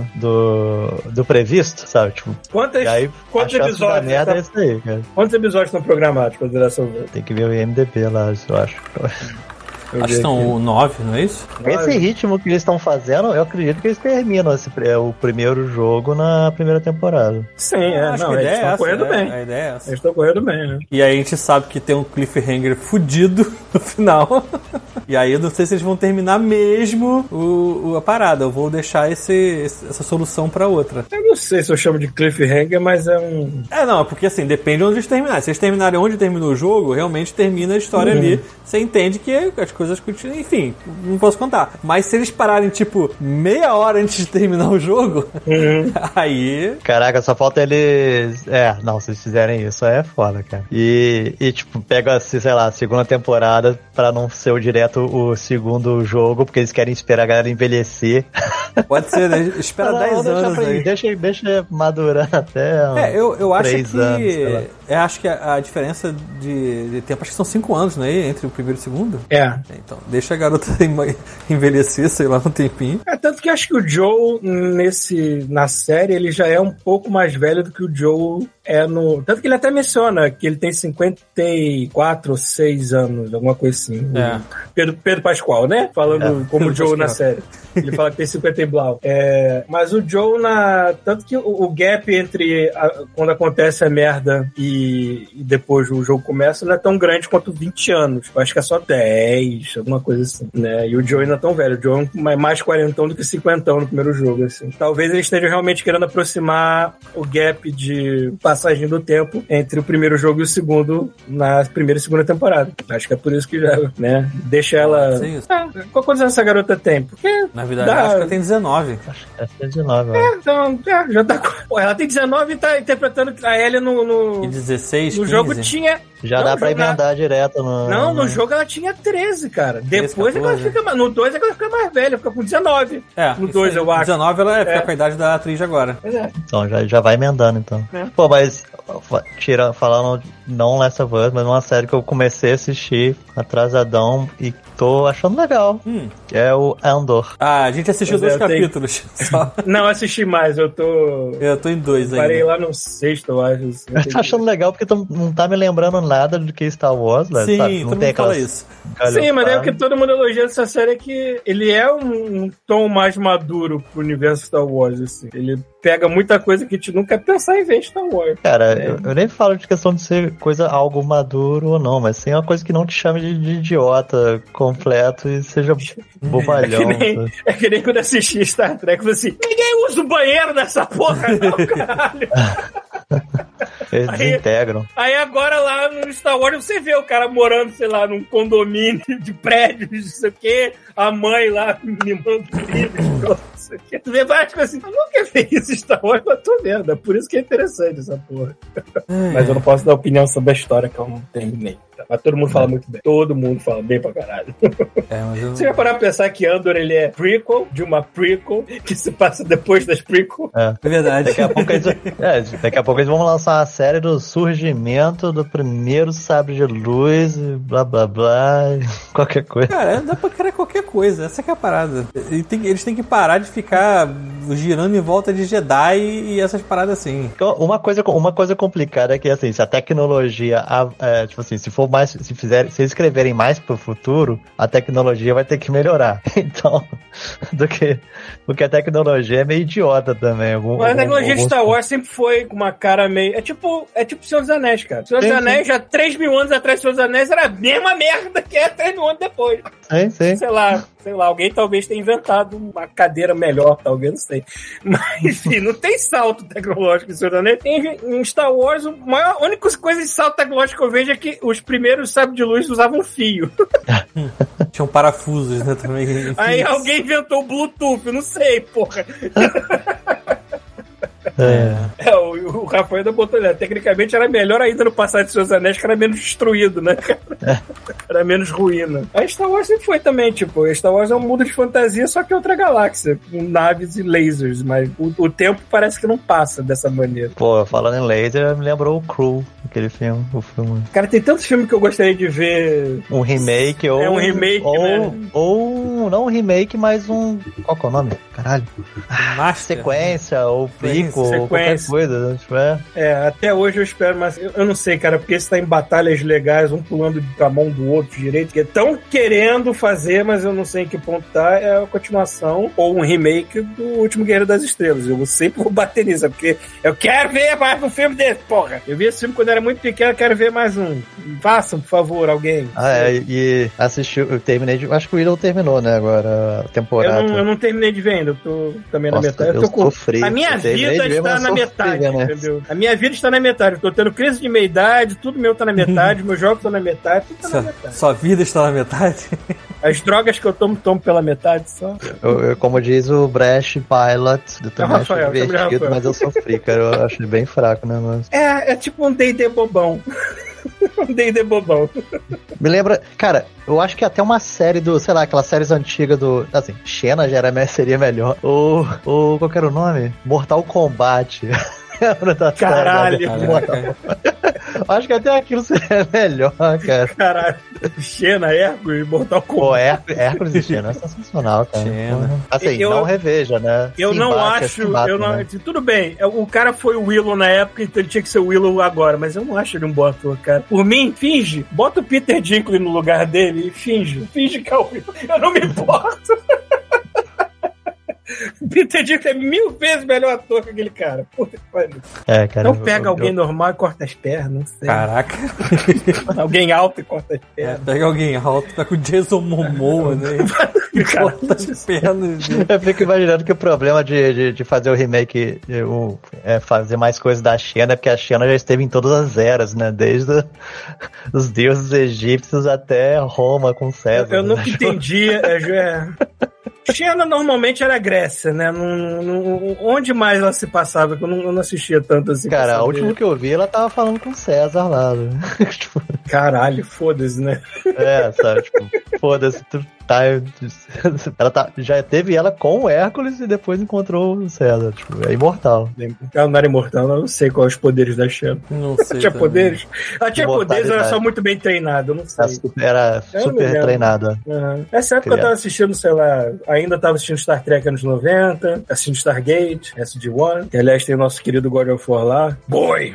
do previsto, sabe? Tipo, quantos episódios? Da merda é isso aí, cara. Quantos episódios estão programados pra duração? Tem que ver o IMDb lá, eu acho. Acho que são 9, não é isso? Esse ritmo que eles estão fazendo, eu acredito que eles terminam o primeiro jogo na primeira temporada. Sim, eles estão correndo bem. A ideia é essa. Eles estão correndo bem, né? E aí a gente sabe que tem um cliffhanger fudido no final. E aí eu não sei se eles vão terminar mesmo a parada. Eu vou deixar essa solução pra outra. Eu não sei se eu chamo de cliffhanger, mas é um... Não, porque assim, depende de onde eles terminarem. Se eles terminarem onde terminou o jogo, realmente termina a história ali. Você entende que as coisas continuam, enfim, não posso contar. Mas se eles pararem, tipo, meia hora antes de terminar o jogo, aí... Caraca, só falta eles... se eles fizerem isso, é foda, cara. E tipo, pega, sei lá, a segunda temporada pra não ser direto o segundo jogo, porque eles querem esperar a galera envelhecer. Pode ser, né? Espera 10 anos aí. Deixa madurando até eu acho 3 anos, acho que a diferença de tempo, acho que são 5 anos, né? Entre o primeiro e o segundo. Então, deixa a garota envelhecer, sei lá, um tempinho. Tanto que acho que o Joe, na série, ele já é um pouco mais velho do que o Joe é no... Tanto que ele até menciona que ele tem 54 ou 6 anos, alguma coisa assim. Pedro Pascoal, né? Falando como o Joe na série. Ele fala que tem 50 e blau. Mas o Joe, tanto que o gap entre quando acontece a merda e depois o jogo começa não é tão grande quanto 20 anos. Eu acho que é só 10, alguma coisa assim, né? E o Joe ainda é tão velho. O Joe é mais 40 do que 50 no primeiro jogo, assim. Talvez ele esteja realmente querendo aproximar o gap de passagem do tempo entre o primeiro jogo e o segundo na primeira e segunda temporada. Acho que é por isso que já, né? Deixa ela... Qual coisa essa garota tem? Porque... Na verdade, acho que ela tem 19. Acho que tem 19, então, já tá... Pô, ela tem 19 e tá interpretando a Ellie no... E 16, no 15. Jogo tinha... Já dá pra emendar direto no... Não, no jogo ela tinha 13, cara. 13, depois 14. É que ela fica... No 2 é que ela fica mais velha, fica com 19. No 2, eu acho. 19 ela fica com a idade da atriz de agora. Então, já vai emendando, então. Pô, mas... Falando não Last of Us, mas uma série que eu comecei a assistir atrasadão e tô achando legal. É o Andor. A gente assistiu 2 capítulos. Só. Não, assisti mais, eu tô em 2 ainda. Parei lá no 6º, eu acho. Eu tô achando legal porque não tá me lembrando nada do que Star Wars, né? Sim, sabe? Não todo tem mundo fala isso. Sim, mas é o que todo mundo elogia dessa série é que ele é um tom mais maduro pro universo Star Wars, assim. Ele pega muita coisa que a gente nunca pensar em ver em Star Wars. Cara, eu nem falo de questão de ser algo maduro ou não, mas sim uma coisa que não te chame de idiota completo e seja bobalhão. É que nem quando assisti Star Trek, eu falei assim, ninguém usa o banheiro nessa porra, não, caralho. Eles desintegram. Aí agora lá no Star Wars você vê o cara morando, sei lá, num condomínio de prédios, não sei o quê, a mãe lá mimando filhos, não sei o quê. Tu vê várias coisas assim, eu nunca vi isso em Star Wars, mas tô vendo, é por isso que é interessante essa porra. Mas eu não posso dar opinião sobre a história que eu não terminei. Mas todo mundo fala muito bem. Todo mundo fala bem pra caralho. Você vai parar pra pensar que Andor, ele é prequel de uma prequel que se passa depois das prequel? É verdade. Daqui a pouco eles vão lançar uma série do surgimento do primeiro sabre de luz e blá blá blá, qualquer coisa. Cara, dá pra criar qualquer coisa. Essa que é a parada. Eles têm que parar de ficar girando em volta de Jedi e essas paradas assim. Uma coisa complicada é que, assim, se a tecnologia, tipo assim, se eles escreverem mais pro futuro, a tecnologia vai ter que melhorar. Então, porque a tecnologia é meio idiota também. Mas a tecnologia de Star Wars sempre foi com uma cara meio... É tipo Senhor dos Anéis, cara. Senhor dos Anéis, já 3 mil anos atrás, Senhor dos Anéis era a mesma merda que é 3 mil anos depois. Sim. Sei lá, alguém talvez tenha inventado uma cadeira melhor, talvez, não sei. aí. Mas, enfim, não tem salto tecnológico em Senhor dos Anéis. Em Star Wars, a única coisa de salto tecnológico que eu vejo é que os primeiros sabres de luz usavam fio. Tinham parafusos, né, também. Aí alguém inventou o Bluetooth, eu não sei, porra. O Rafael ainda botou, né? Tecnicamente era melhor ainda no passado de Seus Anéis, que era menos destruído, né? Era menos ruína. A Star Wars sempre foi também, tipo, Star Wars é um mundo de fantasia, só que é outra galáxia, com naves e lasers, mas o tempo parece que não passa dessa maneira. Pô, falando em laser, me lembrou o Crew, aquele filme, o filme. Cara, tem tantos filmes que eu gostaria de ver. Um remake ou... É um remake, né? Ou não um remake, mas um... Qual que é o nome? Caralho. Sequência, ou prequel, ou qualquer coisa. Tipo, até hoje eu espero, mas eu não sei, cara, porque esse tá em batalhas legais, um pulando pra mão do outro direito, que estão querendo fazer, mas eu não sei em que ponto tá, é a continuação ou um remake do Último Guerreiro das Estrelas. Eu sempre vou bater nisso, porque eu quero ver mais um filme desse, porra. Eu vi esse filme quando era muito pequeno, eu quero ver mais um. Façam, por favor, alguém. E assistiu, eu terminei de... Acho que o Willow terminou, né, agora, a temporada. Eu não terminei de ver ainda, eu tô também na metade. Eu tô frio. A minha vida está na metade, entendeu? A minha vida está na metade. Eu tô tendo crise de meia-idade, tudo meu tá na metade, meus jogos estão na metade, tudo tá na metade. Sua vida está na metade? As drogas que eu tomo pela metade só. Como diz o Brecht Pilot, eu também acho divertido, mas eu sofri, cara. Eu acho ele bem fraco, né? Mas... É tipo um D&D bobão. Um D&D bobão. Me lembra... Cara, eu acho que até uma série do... Sei lá, aquelas séries antigas do... Assim, Xena seria melhor. Ou qual que era o nome? Mortal Kombat. Caralho. Acho que até aquilo seria melhor, cara. Caralho. Xena, Hércules, Mortal Kombat. Pô, Hércules e Xena é sensacional, cara. Assim, não reveja, né? Eu não acho... Né? Tudo bem, o cara foi o Willow na época, então ele tinha que ser o Willow agora, mas eu não acho ele um bom ator, cara. Por mim, finge. Bota o Peter Dinklage no lugar dele e finge. Finge que é o Willow. Eu não me importo. Peter Dinklage é 1000 vezes melhor ator que aquele cara. Puta que pariu. Cara, não pega alguém normal e corta as pernas, não sei. Caraca. Alguém alto e corta as pernas. Pega alguém alto, tá com o Jason Momoa, né? E corta as pernas. Eu fico imaginando que o problema de fazer o remake é fazer mais coisas da Xena, porque a Xena já esteve em todas as eras, né? Desde os deuses egípcios até Roma com César. Eu nunca entendi. Xena normalmente era Grécia, né? Onde mais ela se passava? Que eu não assistia tanto assim. Cara, a última que eu vi, ela tava falando com César lá. Né? Caralho, foda-se, né? Sabe? Tipo, foda-se, tu tá... Ela já teve ela com o Hércules e depois encontrou o César. Tipo, é imortal. Ela não era imortal, eu não sei quais os poderes da Xena. Não sei. Ela tinha poderes? Ela tinha poderes, ela era só muito bem treinada, eu não sei. Era super treinada. Uhum. Nessa época eu tava assistindo, sei lá, ainda tava assistindo Star Trek anos 90, assistindo Stargate, SG-1, que aliás tem o nosso querido God of War lá. Boy!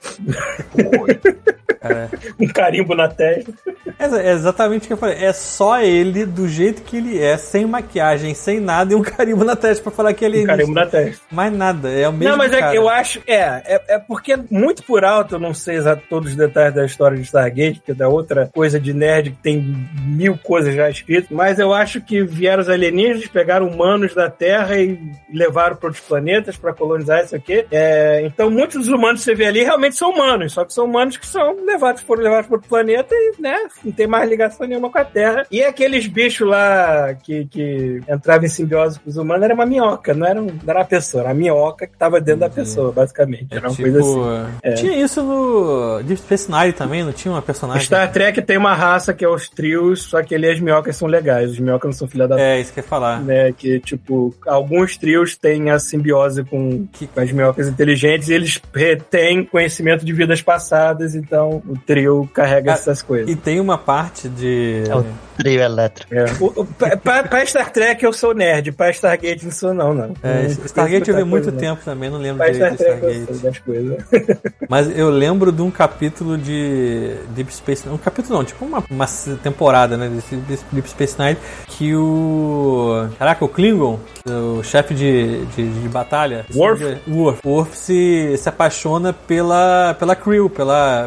Um carimbo na testa. É exatamente o que eu falei. É só ele, do jeito que ele é, sem maquiagem, sem nada, e um carimbo na testa pra falar que ele é um carimbo na testa. Mais nada, é o mesmo. Não, mas cara. É que eu acho. É porque muito por alto, eu não sei todos os detalhes da história de Stargate, que é da outra coisa de nerd que tem 1000 coisas já escritas, mas eu acho que vieram os alienígenas, pegaram humanos da Terra e levaram para outros planetas pra colonizar isso aqui. Então, muitos dos humanos que você vê ali realmente são humanos, só que são humanos que foram levados para outro planeta e, né, não tem mais ligação nenhuma com a Terra. E aqueles bichos lá que entravam em simbiose com os humanos era uma minhoca, não era uma pessoa, era uma minhoca que tava dentro da pessoa, basicamente. Era uma coisa assim. Tinha isso no Deep Space Nine também, não tinha uma personagem? Star Trek tem uma raça que é os trios, só que ali as minhocas são legais, os minhocas não são filha da... isso que eu ia falar. Né, que, tipo, alguns trios têm a simbiose com as minhocas inteligentes e eles retêm conhecimento de vidas passadas, então o trio carrega essas coisas. E tem uma parte de... Trio elétrico. Pra Star Trek eu sou nerd, pra Stargate não sou não. Stargate eu vi muito tempo também, não lembro direito de Stargate. Das coisas. Mas eu lembro de um capítulo de Deep Space... Um capítulo não, tipo uma temporada, né, desse Deep Space Nine, que o Klingon, o chefe de batalha, Worf se apaixona pela crew, pela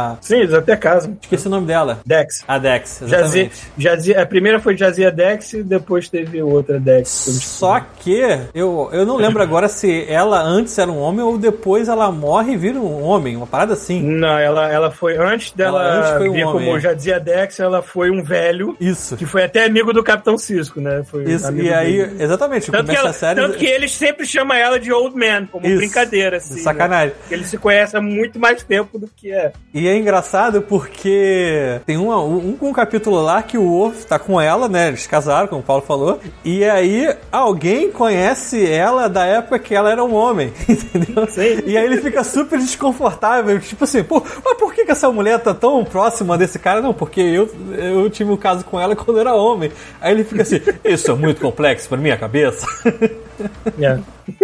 Sim, eles até casam. Esqueci o nome dela. Dex. A Dex, exatamente. A primeira foi Jazia Dex e depois teve outra Dex. Só que eu não lembro agora se ela antes era um homem ou depois ela morre e vira um homem, uma parada assim. Não, ela foi, antes dela vir como Jazia Dex, ela foi um velho. Isso. Que foi até amigo do Capitão Cisco, né? Foi isso, e aí, dele. Exatamente, tanto que eles sempre chamam ela de Old Man, como brincadeira, assim. Sacanagem. Né? Eles se conhecem há muito mais tempo do que é. E é engraçado porque tem um capítulo lá que o Worf tá com ela, né? Eles casaram, como o Paulo falou. E aí alguém conhece ela da época que ela era um homem, entendeu? Sim. E aí ele fica super desconfortável, tipo assim, mas por que essa mulher tá tão próxima desse cara? Não, porque eu tive um caso com ela quando eu era homem. Aí ele fica assim, isso é muito complexo pra minha cabeça. Yeah.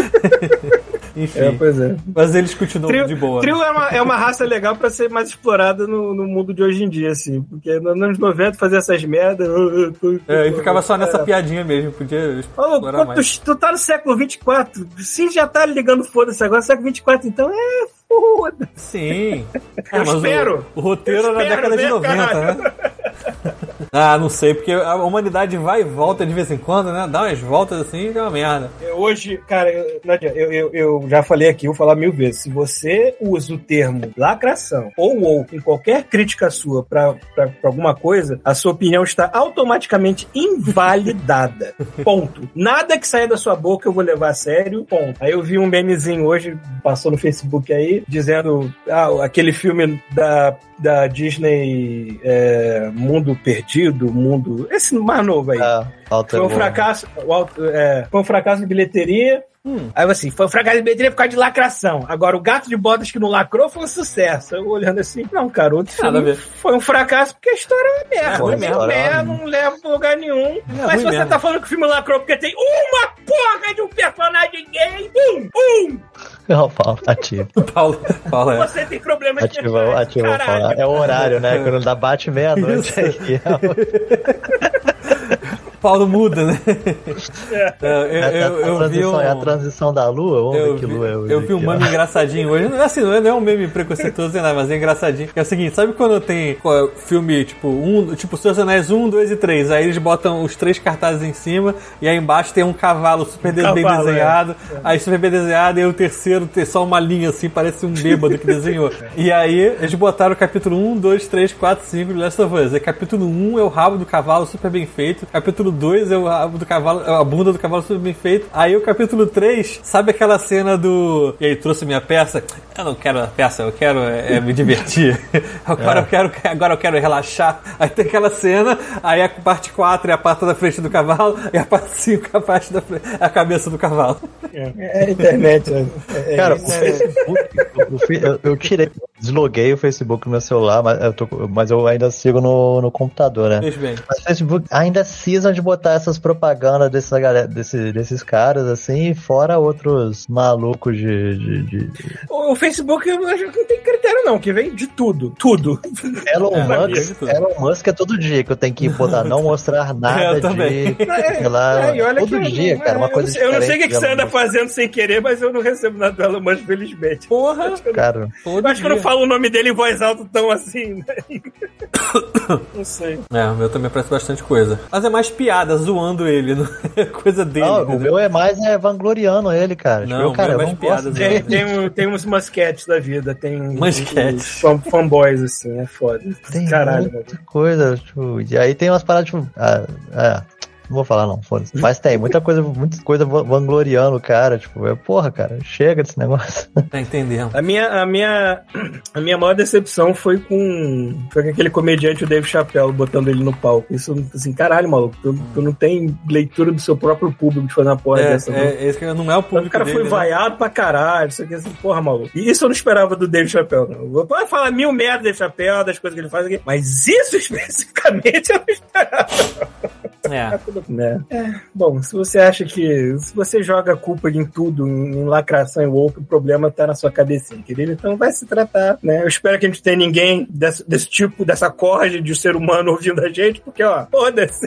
Enfim, pois é. Mas eles continuam de boa. Trio é uma raça legal pra ser mais explorada no mundo de hoje em dia, assim. Porque nos anos 90 fazia essas merdas. E ficava só nessa piadinha mesmo. Podia explorar mais. Tu tá no século 24. Sim, já tá ligando foda-se agora. Século 24, então foda. Sim. Eu espero. O roteiro era na década de 90, né? Não sei, porque a humanidade vai e volta de vez em quando, né? Dá umas voltas assim e é uma merda. Hoje, cara, eu já falei aqui, vou falar 1000 vezes. Se você usa o termo lacração ou em qualquer crítica sua pra alguma coisa, a sua opinião está automaticamente invalidada. Ponto. Nada que saia da sua boca eu vou levar a sério. Ponto. Aí eu vi um memezinho hoje, passou no Facebook aí, dizendo aquele filme da Disney, Mundo Perdido, esse mais novo aí. Foi um fracasso, foi um fracasso de bilheteria. Aí assim, foi um fracasso de bilheteria por causa de lacração. Agora, o Gato de Botas que não lacrou foi um sucesso. Eu olhando assim, não, cara, outro filme foi um fracasso porque a história é merda. Não leva pra lugar nenhum. Mas se você tá falando que o filme lacrou porque tem uma porra de um personagem gay, Não, Paulo, ativo. Paulo Você tem problemas de ativo, Paulo. É o horário, né? Quando dá bate meia-noite aí. Paulo muda, né? É a transição da lua? Vamos ver que lua é hoje. Eu vi um meme engraçadinho hoje. Assim, não é um meme preconceituoso, nada, mas é engraçadinho. É o seguinte, sabe quando tem filme, tipo Senhor dos Anéis 1, 2 e 3, aí eles botam os 3 cartazes em cima, e aí embaixo tem um cavalo super bem desenhado, aí super bem desenhado, e aí o terceiro tem só uma linha assim, parece um bêbado que desenhou. E aí eles botaram o capítulo 1, 2, 3, 4, 5 de Last of Us. Aí capítulo 1 é o rabo do cavalo super bem feito, capítulo 2 é o rabo do cavalo, a bunda do cavalo super bem feito. Aí o capítulo 3, sabe aquela cena do... E aí, trouxe minha peça? Eu não quero a peça, eu quero me divertir. Agora eu quero relaxar. Aí tem aquela cena, aí a parte 4 é a parte da frente do cavalo, e a parte 5 é a parte da frente, a cabeça do cavalo. É a internet. Cara, o Facebook, eu desloguei o Facebook no meu celular, mas eu ainda sigo no computador, né? Fez bem. Mas o Facebook ainda cisam de botar essas propagandas desses caras, assim, fora outros malucos O Facebook eu acho que não tem critério não, que vem de tudo. Elon Musk é todo dia que eu tenho que botar não mostrar nada todo dia, cara, uma coisa diferente. Eu não sei o que você anda fazendo sem querer, mas eu não recebo nada do Elon Musk, felizmente. Porra! Cara, eu acho que eu não falo o nome dele em voz alta tão assim, né? Não sei. O meu também parece bastante coisa. Mas é mais piada, zoando ele, não é coisa dele. Não, o meu é mais vangloriando ele, cara. Não, cara, é mais piada. Tem uns masquetes da vida, tem masquetes. Fanboys, assim, é foda. Tem muita coisa, tipo, e aí tem umas paradas, tipo, não vou falar não, foda-se. Mas tem muita coisa vangloriando o cara, tipo, porra, cara, chega desse negócio. Tá entendendo. A minha maior decepção foi com aquele comediante, o Dave Chappelle, botando ele no palco. Isso, assim, caralho, maluco, tu não tem leitura do seu próprio público de fazer uma porra dessa. Esse não é o público. O cara foi vaiado pra caralho, isso aqui, assim, porra, maluco. E isso eu não esperava do Dave Chappelle, não. Vou falar 1000 merdas do Dave Chappelle, das coisas que ele faz aqui, mas isso especificamente eu não esperava. Bom, se você acha que se você joga a culpa em tudo, em lacração e woke, o problema tá na sua cabecinha, querido, então vai se tratar, né? Eu espero que a gente tenha ninguém desse tipo, dessa corja de ser humano ouvindo a gente, porque, foda-se.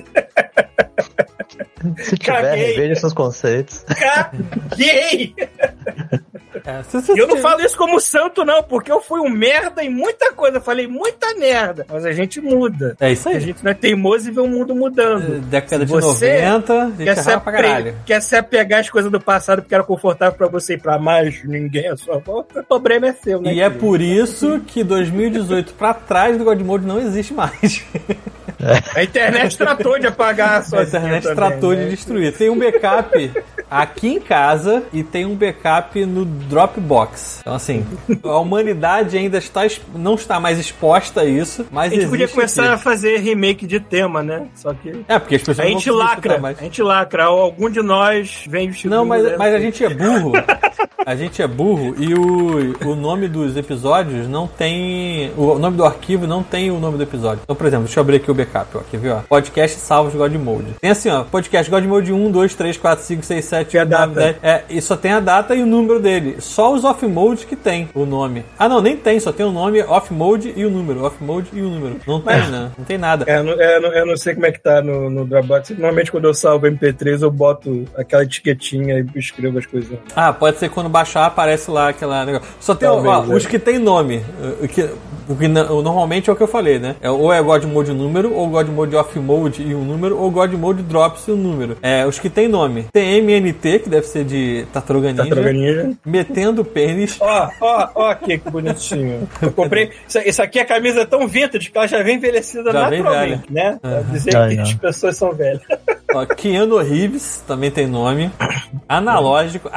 Se tiver, reveja seus conceitos. Caguei! E eu não falo isso como santo, não, porque eu fui um merda em muita coisa. Eu falei muita merda. Mas a gente muda. É isso aí. A gente não é teimoso e vê o mundo mudando. Década de 90, a gente errava pra caralho. Quer se apegar às coisas do passado porque era confortável pra você ir pra mais ninguém à sua volta, o problema é seu, né? E é por isso que 2018 pra trás do God Mode não existe mais. A internet tratou de apagar a sua. A internet tratou de destruir. Tem um backup aqui em casa e tem um backup no Dropbox. Então, assim, a humanidade ainda não está mais exposta a isso, mas a gente podia começar a fazer remake de tema, né? Só que... porque as pessoas a gente lacra. A gente lacra. Algum de nós vem vestido. Não, mas a gente é burro. A gente é burro e o nome dos episódios não tem... O nome do arquivo não tem o nome do episódio. Então, por exemplo, deixa eu abrir aqui o backup, ó. Quer ver, ó? Podcast salvos God Mode. Tem assim, ó. Podcast God Mode 1, 2, 3, 4, 5, 6, 7, 8, 9, 10. E só tem a data e o número dele. Só os off-mode que tem o nome. Ah, não, nem tem. Só tem o nome, off-mode e o número. Off-mode e o número. Não tem, né? Não tem nada. Eu não sei como é que tá no Dropbox. Normalmente, quando eu salvo MP3, eu boto aquela etiquetinha e escrevo as coisas. Ah, pode ser quando baixar, aparece lá aquela negócio. Só tem os que tem nome. O que normalmente é o que eu falei, né? Ou é God Mode número, ou God Mode Off Mode e um número, ou God Mode Drops e um número. Os que tem nome. Tem MNT, que deve ser de Tartaruga Ninja. Metendo pênis. Ó, que bonitinho. Eu comprei. Isso aqui, a camisa é tão vintage que ela já vem envelhecida naturalmente, né? Pra dizer que as pessoas são velhas. Ó, Keanu Reeves também tem nome. Analógico.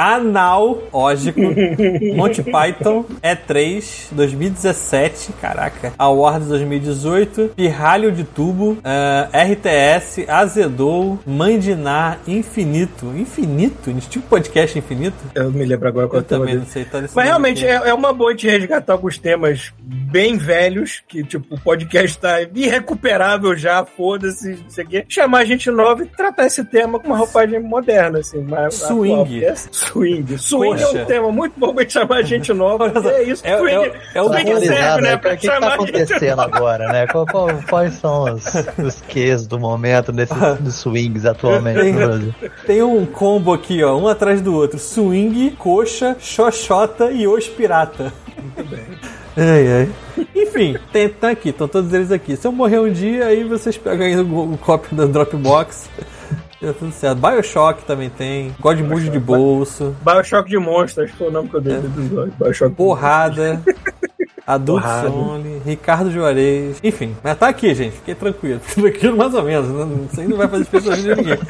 Monty Python E3 2017. Caraca. Awards 2018. Pirralho de Tubo. RTS. Azedou. Mandinar. Infinito. Infinito? Tipo podcast infinito? Eu me lembro agora qual também não sei. Tá. Mas realmente é uma boa de resgatar alguns temas bem velhos, que tipo, o podcast tá irrecuperável já, foda-se, não sei o quê. Chamar gente nova e tratar esse tema com uma roupagem moderna, assim. Swing. Swing é um tema muito bom pra chamar gente nova. É isso. Swing serve, né? Pra chamar tá acontecendo agora, né? Quais são os quês do momento dos swings atualmente no Brasil? Tem um combo aqui, ó, um atrás do outro. Swing, coxa, xoxota e os pirata. Muito bem. Enfim, tá aqui, estão todos eles aqui. Se eu morrer um dia, aí vocês pegam aí o cópia da Dropbox. Deu tudo certo. Bioshock também tem. God Mode de bolso. Bioshock de monstro, acho que foi o nome que eu dei do episódio. Bioshock Porrada. Adulto Only, Ricardo Juarez, enfim, mas tá aqui, gente, fiquei tranquilo mais ou menos, isso aí não vai fazer especialmente de ninguém.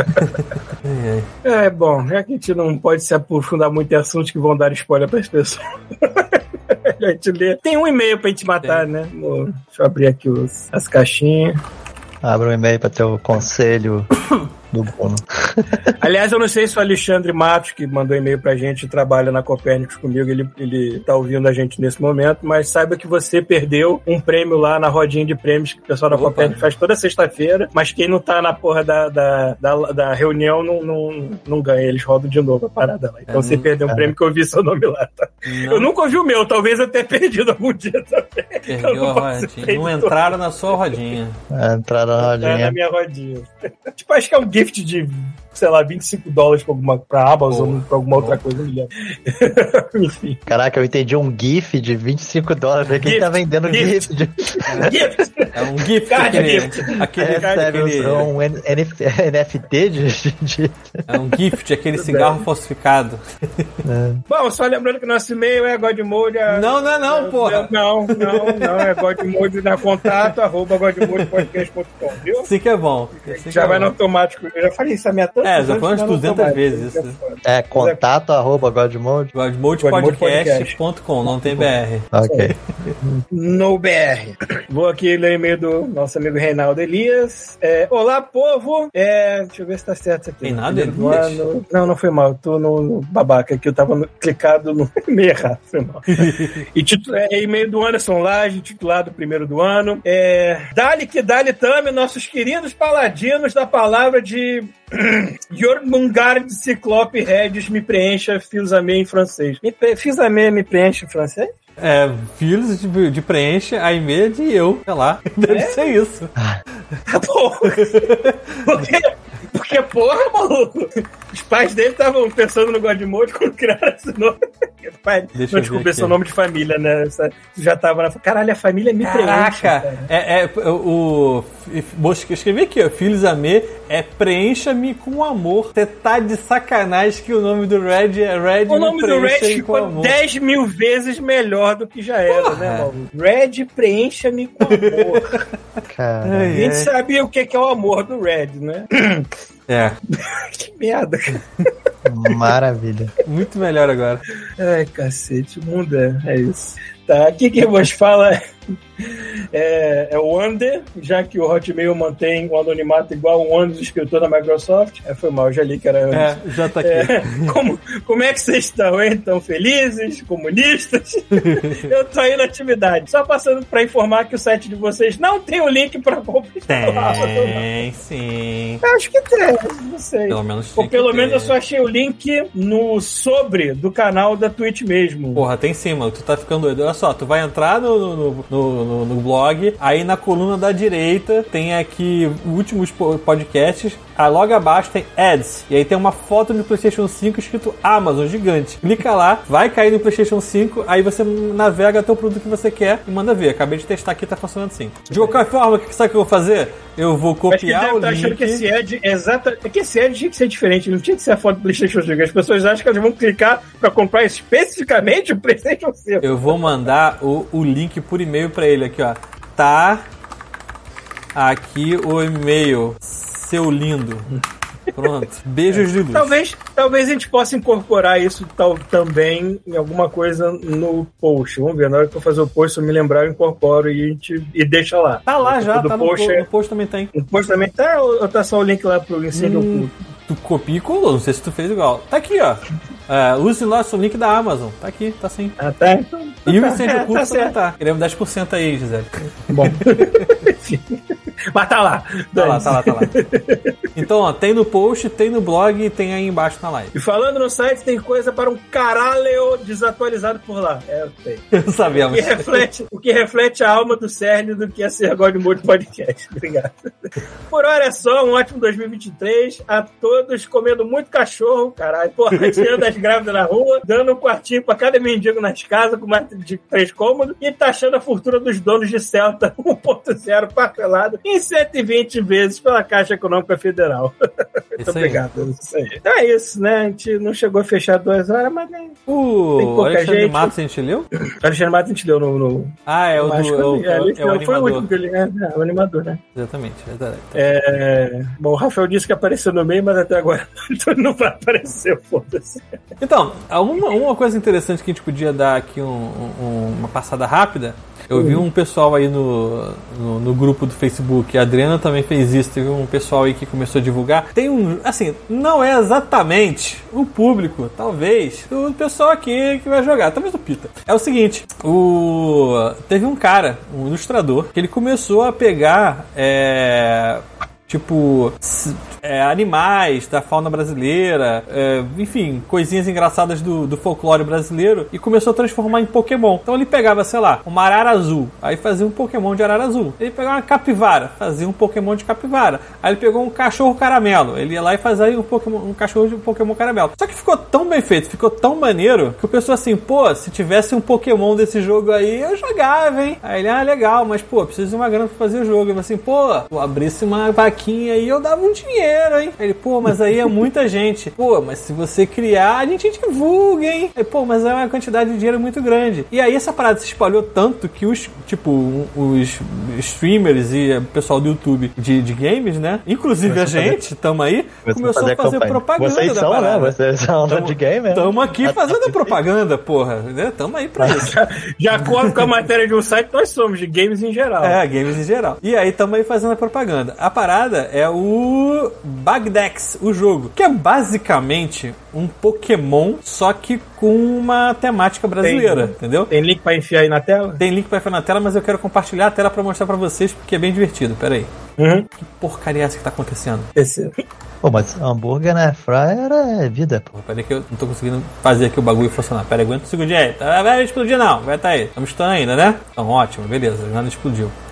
Bom, já que a gente não pode se aprofundar muito em assuntos que vão dar spoiler para as pessoas, a gente lê. Tem um e-mail pra gente matar, né? Deixa eu abrir aqui as caixinhas. Abra um e-mail para ter o conselho do Bruno. Aliás, eu não sei se o Alexandre Matos, que mandou e-mail pra gente, trabalha na Copérnicos comigo, ele tá ouvindo a gente nesse momento, mas saiba que você perdeu um prêmio lá na rodinha de prêmios que o pessoal da Copérnicos faz toda sexta-feira, mas quem não tá na porra da reunião não ganha, eles rodam de novo a parada lá. Então você perdeu um prêmio que eu vi seu nome lá, tá? Eu nunca ouvi o meu, talvez eu tenha perdido algum dia também. Perdeu a rodinha. Não entraram na sua rodinha. Entraram na rodinha. Na minha rodinha. Tipo, acho que é um gift de, sei lá, $25 pra Amazon, pra alguma outra coisa, não me lembro. Enfim. Caraca, eu entendi um GIF de $25. Quem tá vendendo GIF? Gift! É um GIF. Aquele um NFT de... É um gift, aquele cigarro falsificado. Bom, só lembrando que nosso e-mail é godmode... Não, porra. Não, é godmode na contato, @godmodepodcast.com, viu? Sim que é bom. Já vai no automático. Eu já falei isso a minha tantas já foi umas 200 vezes isso. Contato @godmode. godmodepodcast.com, não tem BR. Ok. No BR. Vou aqui ler o e-mail do nosso amigo Reinaldo Elias. Olá, povo. Deixa eu ver se tá certo isso aqui. Reinaldo Elias? Não foi mal. Eu tô no babaca aqui. Eu tava clicado no e-mail errado. Foi mal. E e-mail do Anderson Laje, titulado primeiro do ano. Dali que Dali Tame, nossos queridos paladinos da palavra de Jormungard Ciclope Regis me preencha fios a em francês. Fios a me preenche em francês? Fios de preenche a e-mail de eu, sei lá. Deve ser isso. Tá bom. Porque Porra, maluco! Os pais dele estavam pensando no Godmode quando criaram esse nome. Os pais não descobriram seu nome de família, né? Já tava lá, caralho, a família me preenche. Caraca! Vou escrever aqui, ó. Filhos Amê preencha-me com amor. Você tá de sacanagem que o nome do Red é Red. O nome do Red ficou 10 mil vezes melhor do que já era, né, maluco? Red, preencha-me com amor. Cara. A gente sabia o que é o amor do Red, né? Que merda, cara. Maravilha. Muito melhor agora. Ai, cacete, o mundo é isso. Tá, aqui quem vos fala é o Wander, já que o Hotmail mantém o anonimato igual o Wander, escritor da Microsoft. Foi mal, já li que era antes. Já tá aqui. Como é que vocês estão, hein? Estão felizes? Comunistas? Eu tô aí na atividade. Só passando pra informar que o site de vocês não tem o link pra compra. Tem, sim. Acho que tem, não sei. Pelo menos Ou pelo menos eu só achei o link no sobre do canal da Twitch mesmo. Porra, tem sim, mano. Tu tá ficando doido. Olha só, tu vai entrar no blog, aí na coluna da direita tem aqui últimos podcasts, logo abaixo tem Ads, e aí tem uma foto do PlayStation 5 escrito Amazon, gigante. Clica lá, vai cair no PlayStation 5, aí você navega até o produto que você quer e manda ver. Acabei de testar aqui, tá funcionando assim. De qualquer forma, o que sabe que eu vou fazer? Eu vou copiar o link. Achando que esse ad, que esse ad tinha que ser diferente, não tinha que ser a foto do PlayStation 5. As pessoas acham que elas vão clicar pra comprar especificamente o PlayStation 5. Eu vou mandar o link por e-mail pra ele aqui, ó. Tá aqui o e-mail, seu lindo. Pronto. Beijos de luz. Talvez a gente possa incorporar isso também em alguma coisa no post. Vamos ver, na hora que eu fazer o post, se eu me lembrar, eu incorporo e deixa lá. Tá lá já, tá post no post também tem. No post também tá, ou tá só o link lá pro ensino oculto? Tu copia e colou, não sei se tu fez igual. Tá aqui, ó. Use o nosso link da Amazon. Tá aqui, tá sim. Ah, tá? E o incêndio oculto também tá. Queremos 10% aí, Gisele. Bom. Mas tá lá. Tá lá. Então, ó, tem no post, tem no blog e tem aí embaixo na live. E falando no site, tem coisa para um caralho desatualizado por lá. Eu sei. Sabemos. O que reflete a alma do cerne do que é ser Godmode Podcast. Obrigado. Por hora é só, um ótimo 2023. A todos comendo muito cachorro, caralho. Porra, tirando as grávidas na rua, dando um quartinho pra cada mendigo nas casas com mais de 3 cômodos e taxando a fortuna dos donos de Celta 1.0 parcelado em 120 vezes pela Caixa Econômica Federal. Muito obrigado. Isso aí. Então é isso, né? A gente não chegou a fechar 2 horas, mas tem pouca Alexandre gente. Matos a gente leu? Alexandre Matos a gente leu no... é o animador. Foi o último que ele... o animador, né? Exatamente. Bom, o Rafael disse que apareceu no meio, mas até agora não vai aparecer, foda-se. Então, uma coisa interessante que a gente podia dar aqui uma passada rápida. Eu vi um pessoal aí no grupo do Facebook, a Adriana também fez isso, teve um pessoal aí que começou a divulgar. Tem assim, não é exatamente o público, talvez, o pessoal aqui que vai jogar, talvez o Pita. É o seguinte, teve um cara, um ilustrador, que ele começou a pegar animais da fauna brasileira, enfim, coisinhas engraçadas do folclore brasileiro e começou a transformar em Pokémon. Então ele pegava, sei lá, uma arara azul, aí fazia um Pokémon de arara azul. Ele pegava uma capivara, fazia um Pokémon de capivara. Aí ele pegou um cachorro caramelo, ele ia lá e fazia um cachorro de Pokémon caramelo. Só que ficou tão bem feito, ficou tão maneiro, que o pessoal assim, pô, se tivesse um Pokémon desse jogo aí, eu jogava, hein? Aí ele, legal, mas pô, preciso de uma grana pra fazer o jogo. Ele assim, pô, eu abrisse uma vaquinha aí, eu dava um dinheiro, hein? Ele, pô, mas aí é muita gente. Pô, mas se você criar, a gente divulga, hein? Aí, pô, mas é uma quantidade de dinheiro muito grande. E aí essa parada se espalhou tanto que os streamers e o pessoal do YouTube de games, né? Inclusive a gente, tamo aí, começou a fazer propaganda. Vocês são, né? Vocês são de game, tamo aqui fazendo propaganda, porra. Né? Tamo aí pra isso. De acordo com a matéria de um site, nós somos de games em geral. Games em geral. E aí tamo aí fazendo a propaganda. A parada é o Bagdex, o jogo, que é basicamente um Pokémon, só que com uma temática brasileira, entendeu? Tem link pra enfiar aí na tela? Tem link pra enfiar na tela, mas eu quero compartilhar a tela pra mostrar pra vocês, porque é bem divertido. Pera aí. Que porcaria é essa que tá acontecendo? Pô, mas hambúrguer na fryer é vida, pô. Pera aí que eu não tô conseguindo fazer aqui o bagulho funcionar. Pera aí, aguenta um segundinho aí. Vai explodir não, vai tá aí. Estamos estando ainda, né? Então, ótimo, beleza, nada explodiu.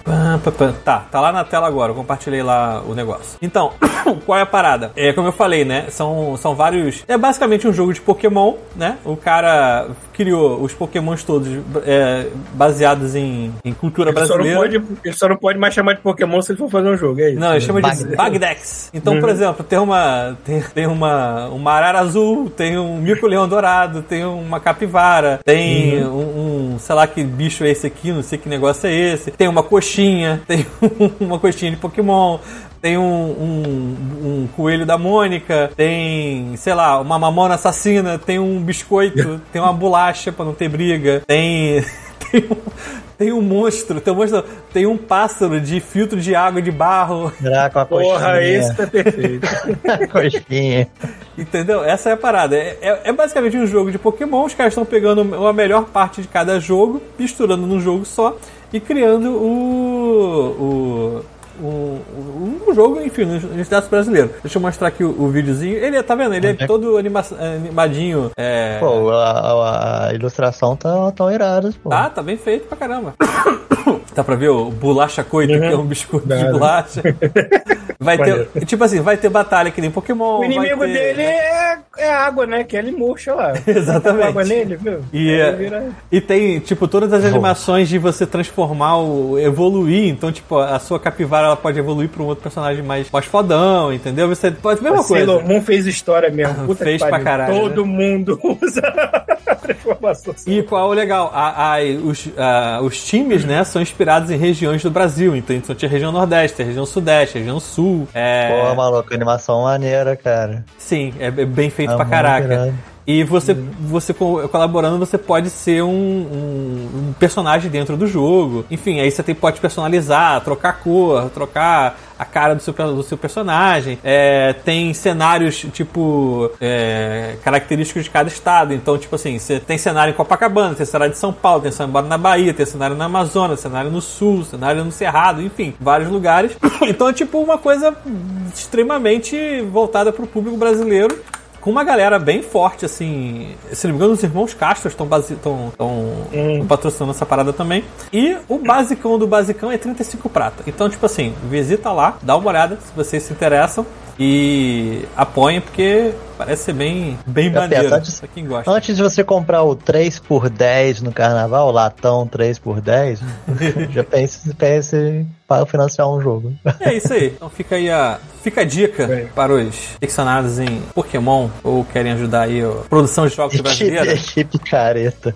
Tá lá na tela agora, eu compartilhei lá o negócio. Então, qual é a parada? Como eu falei, né? São vários... É basicamente um jogo de Pokémon, né? O cara criou os Pokémons todos baseados em cultura brasileira. Ele só não pode mais chamar de Pokémon se ele for fazer um jogo, é isso? Não, ele chama de Bagdex. Então, por exemplo, tem uma arara azul, tem um mico-leão dourado, tem uma capivara, tem sei lá que bicho é esse aqui, não sei que negócio é esse, tem uma coxinha, tem uma coxinha de Pokémon, tem um coelho da Mônica, tem, sei lá, uma mamona assassina, tem um biscoito, tem uma bolacha pra não ter briga, tem um monstro, tem um pássaro de filtro de água de barro. Com a coxinha. Porra, esse tá perfeito. Coxinha. Entendeu? Essa é a parada. É basicamente um jogo de Pokémon, os caras estão pegando a melhor parte de cada jogo, misturando num jogo só e criando um jogo, enfim, no status brasileiro. Deixa eu mostrar aqui o videozinho. Ele, tá vendo? Ele é todo animadinho. Pô, a ilustração tá tão irada, pô. Tá bem feito pra caramba. Dá pra ver o Bolacha Coito, que é um biscoito de bolacha. Vai ter, tipo assim, vai ter batalha que nem Pokémon. O inimigo dele é água, né? Que ele murcha lá. Exatamente. Água nele, viu? E tem, tipo, todas as animações de você transformar, evoluir. Então, tipo, a sua capivara ela pode evoluir pra um outro personagem mais fodão, entendeu? Você pode ver uma coisa. Sailor Moon fez história mesmo. Puta fez pra caralho. Todo mundo usa a transformação. E qual é o legal? Os times, né, são inspirados em regiões do Brasil. Então tinha a região Nordeste, a região Sudeste, a região Sul. Pô, maluco, animação maneira, cara. Sim, é bem feito pra caraca. Grande. E você colaborando, você pode ser um personagem dentro do jogo. Enfim, aí você pode personalizar, trocar cor, trocar a cara do seu personagem. Tem cenários, tipo, característicos de cada estado. Então, tipo assim, você tem cenário em Copacabana, tem cenário de São Paulo, tem cenário na Bahia, tem cenário na Amazonas, cenário no Sul, cenário no Cerrado, enfim, vários lugares. Então é tipo uma coisa extremamente voltada pro público brasileiro. Com uma galera bem forte, assim. Se não me engano, os irmãos Castro estão patrocinando essa parada também. E o basicão do basicão é 35 prata. Então, tipo assim, visita lá, dá uma olhada se vocês se interessam. E apoiem, porque parece ser bem maneiro pra quem gosta. Antes de você comprar o 3x10 no carnaval, o latão 3x10, já pense para financiar um jogo. É isso aí. Então fica a dica para os ficcionados em Pokémon ou querem ajudar aí a produção de jogos brasileiros. Equipe careta.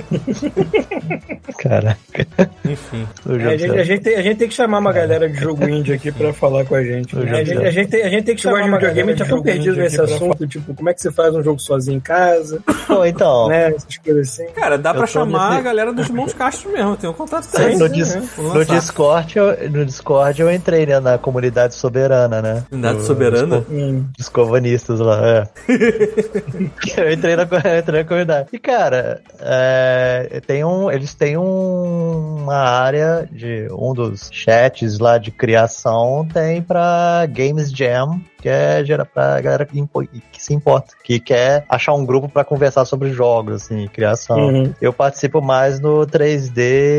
Caraca. Enfim. A gente tem que chamar uma galera de jogo indie aqui pra falar com a gente. A gente tem que chamar uma videogame, a gente tá tão perdido nesse assunto, tipo, como é que você faz um jogo sozinho em casa? Pô, então. Né, essas coisas assim. Cara, dá pra chamar a galera dos irmãos Castro mesmo, tem um contato com eles. No Discord eu entrei, né, na comunidade soberana, né? Comunidade soberana? Dos covanistas lá, Eu entrei na comunidade. E, cara, eles têm uma área de um dos chats lá de criação, tem pra Games Jam, que é pra galera que se importa, que quer achar um grupo pra conversar sobre jogos, assim, criação. Eu participo mais no 3D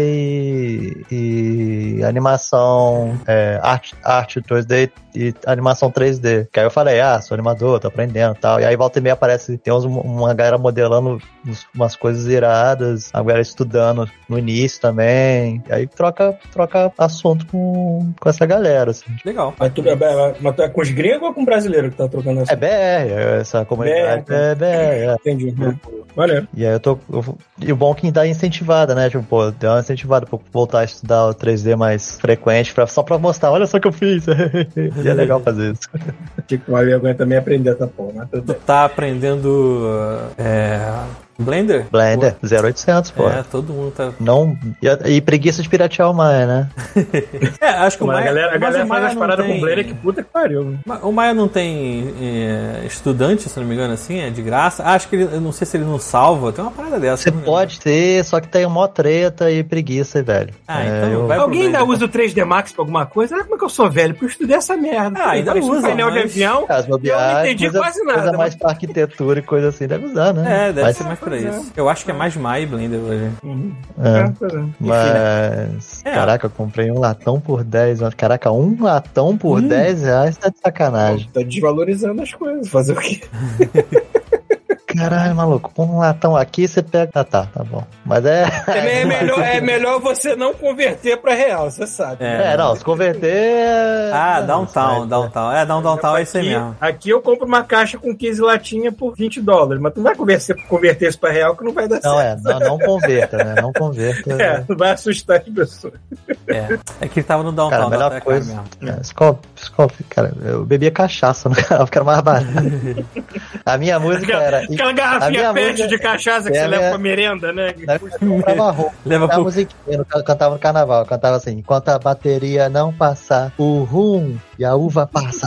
e animação, arte 2D e animação 3D. Que aí eu falei, sou animador, tô aprendendo e tal. E aí volta e meia aparece, tem uma galera modelando umas coisas iradas, a galera estudando no início também. E aí troca assunto com essa galera, assim. Legal. Mas tu é com os gregos ou com o brasileiro que tá trocando essa? É BR, essa comunidade é BR. Entendi. Valeu. E aí e o bom é que dá incentivada, né? Tipo, pô, deu uma incentivada pra voltar a estudar o 3D mais frequente, só pra mostrar, olha só o que eu fiz. E é legal fazer isso. Tipo, uma vergonha também aprender essa porra. Tu tá aprendendo Blender? 0800, pô. Todo mundo tá... Não... E preguiça de piratear o Maya, né? Acho que o Maya... A galera faz as paradas com Blender que puta que pariu. O Maya não tem estudante, se não me engano, assim, é de graça. Acho que eu não sei se ele não salva. Tem uma parada dessa. Você pode ter, só que tem mó treta e preguiça, velho. Então vai. Alguém ainda usa o 3D Max pra alguma coisa? Como é que eu sou velho? Porque eu estudei essa merda. Ainda usa, um painel de avião, eu não entendi quase nada. Usa mais pra arquitetura e coisa assim, deve usar, né? Deve ser mais pra isso. Eu acho que é mais My Blender hoje. Mas... Caraca, eu comprei um latão por 10. Caraca, um latão por 10 reais tá de sacanagem. Tá desvalorizando as coisas. Fazer o quê? Caralho, maluco, um latão aqui você pega... Tá bom. Mas é melhor você não converter pra real, você sabe. Não, se converter... Downtown. Downtown é isso aí mesmo. Aqui eu compro uma caixa com 15 latinhas por $20, mas tu não vai converter isso pra real que não vai dar certo. Não converta, né? Não converta. Não vai assustar as pessoas. É que ele tava no Downtown. Cara, a melhor coisa... Skol, cara, eu bebia cachaça no canal, porque era mais barato. A minha música era... Aquela garrafinha pet de cachaça que você leva pra merenda, né? Eu comprava roupa, cantava musiquinha, eu cantava no carnaval, eu cantava assim: enquanto a bateria não passar, o rum e a uva passa.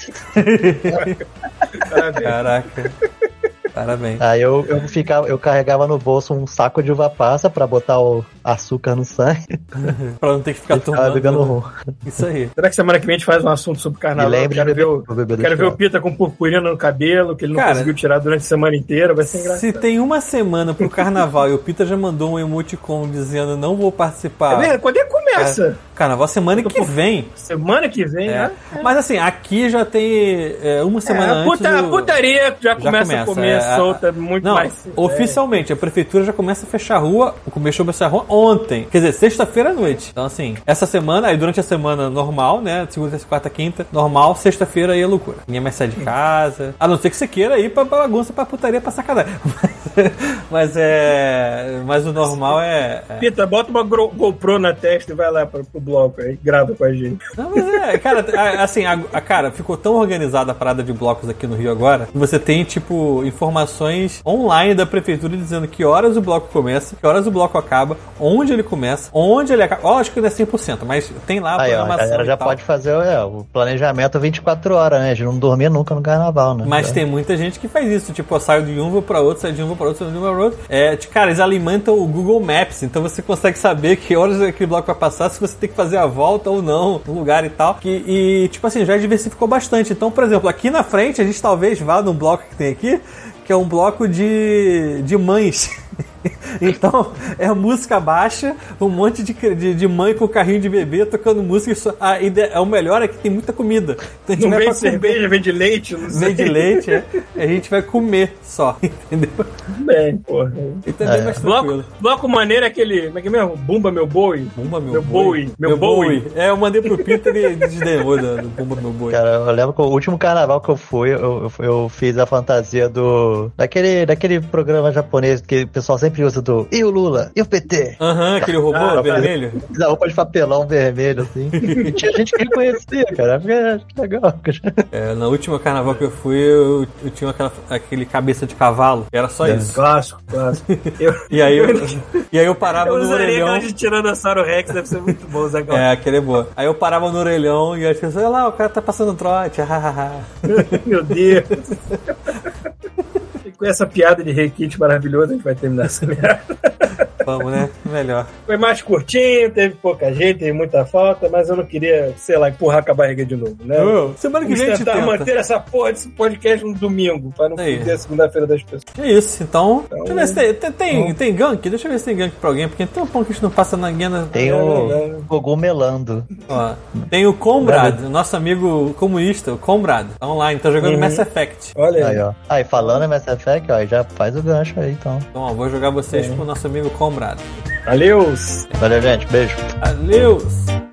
Caraca. Parabéns. Aí eu carregava no bolso um saco de uva passa pra botar o açúcar no sangue. Pra não ter que ficar tomando. Bebendo rum. Isso aí. Será que semana que vem a gente faz um assunto sobre carnaval? Quero ver o Pita com purpurina no cabelo, que ele não conseguiu tirar durante a semana inteira. Vai ser engraçado. Se tem uma semana pro carnaval e o Pita já mandou um emoticon dizendo não vou participar. Quando é que começa? Carnaval semana que vem. Semana que vem, né? Mas assim, aqui já tem uma semana antes. A putaria já começa a comer solta muito mais. Oficialmente, a prefeitura já começa a fechar a rua. Começou a fechar a rua ontem. Quer dizer, sexta-feira à noite. Então assim, essa semana, aí durante a semana normal, né? Segunda, terça, quarta, quinta, normal. Sexta-feira aí é loucura. Ninguém mais sai de casa. A não ser que você queira ir pra bagunça, pra putaria, pra sacanagem. Mas o normal é... Pita, bota uma GoPro na testa e vai lá pro bloco aí, grava com a gente. Não, mas cara, assim, cara, ficou tão organizada a parada de blocos aqui no Rio agora, que você tem, tipo, informações online da prefeitura dizendo que horas o bloco começa, que horas o bloco acaba, onde ele começa, onde ele acaba. Acho que não é 100%, mas tem lá a programação. A galera já pode fazer o planejamento 24 horas, né? A gente não dormia nunca no carnaval, né? Mas tem muita gente que faz isso, tipo, eu saio de um, vou pra outro, saio de um, vou pra outro, saio de um, vou pra outro. Cara, eles alimentam o Google Maps, então você consegue saber que horas aquele bloco vai passar, se você tem que fazer a volta ou não no lugar e tal. E tipo assim, já diversificou bastante. Então, por exemplo, aqui na frente, a gente talvez vá num bloco que tem aqui, que é um bloco de mães. Então, é música baixa, um monte de mãe com carrinho de bebê tocando música. O melhor é que tem muita comida. Então, a gente não vem cerveja, vem de leite, não sei. Vem de leite, A gente vai comer só, entendeu? Bem, porra. Então é mais tranquilo. Bloco maneiro é aquele, como é que é mesmo? Bumba Meu Boi. Bumba Meu Boi. Meu Boi. Eu mandei pro Peter e ele desdenhou do Bumba Meu Boi. Cara, eu lembro que o último carnaval que eu fui, eu fiz a fantasia daquele programa japonês que o pessoal sempre usa e o Lula? E o PT? Aquele robô vermelho? Fiz a roupa de papelão vermelho, assim. E tinha gente que reconhecia, cara. Que legal. Na última carnaval que eu fui, eu tinha aquele cabeça de cavalo. Era só isso. Clássico. E aí eu parava no orelhão. Aquela de Tiranossauro Rex, deve ser muito bom, Zé. Aquele é boa. Aí eu parava no orelhão e as pessoas, olha lá, o cara tá passando trote. Meu Deus. Com essa piada de requinte maravilhosa, a gente vai terminar essa merda. Vamos, né? Melhor. Foi mais curtinho, teve pouca gente, teve muita falta, mas eu não queria, sei lá, empurrar com a barriga de novo, né? Semana que vem a gente tenta manter essa porra desse podcast no domingo, pra não perder a segunda-feira das pessoas. É isso, então deixa eu ver se tem gank? Deixa eu ver se tem gank pra alguém, porque tem um pão que a gente não passa na guia. Tem o Cogumelando. Tem o Comrade, nosso amigo comunista, o Comrade, tá online, tá jogando Mass Effect. Olha aí. Aí, falando em Mass Effect, já faz o gancho aí, então. Então, vou jogar vocês com o nosso amigo Comrade. Valeu, gente. Beijo. Valeu!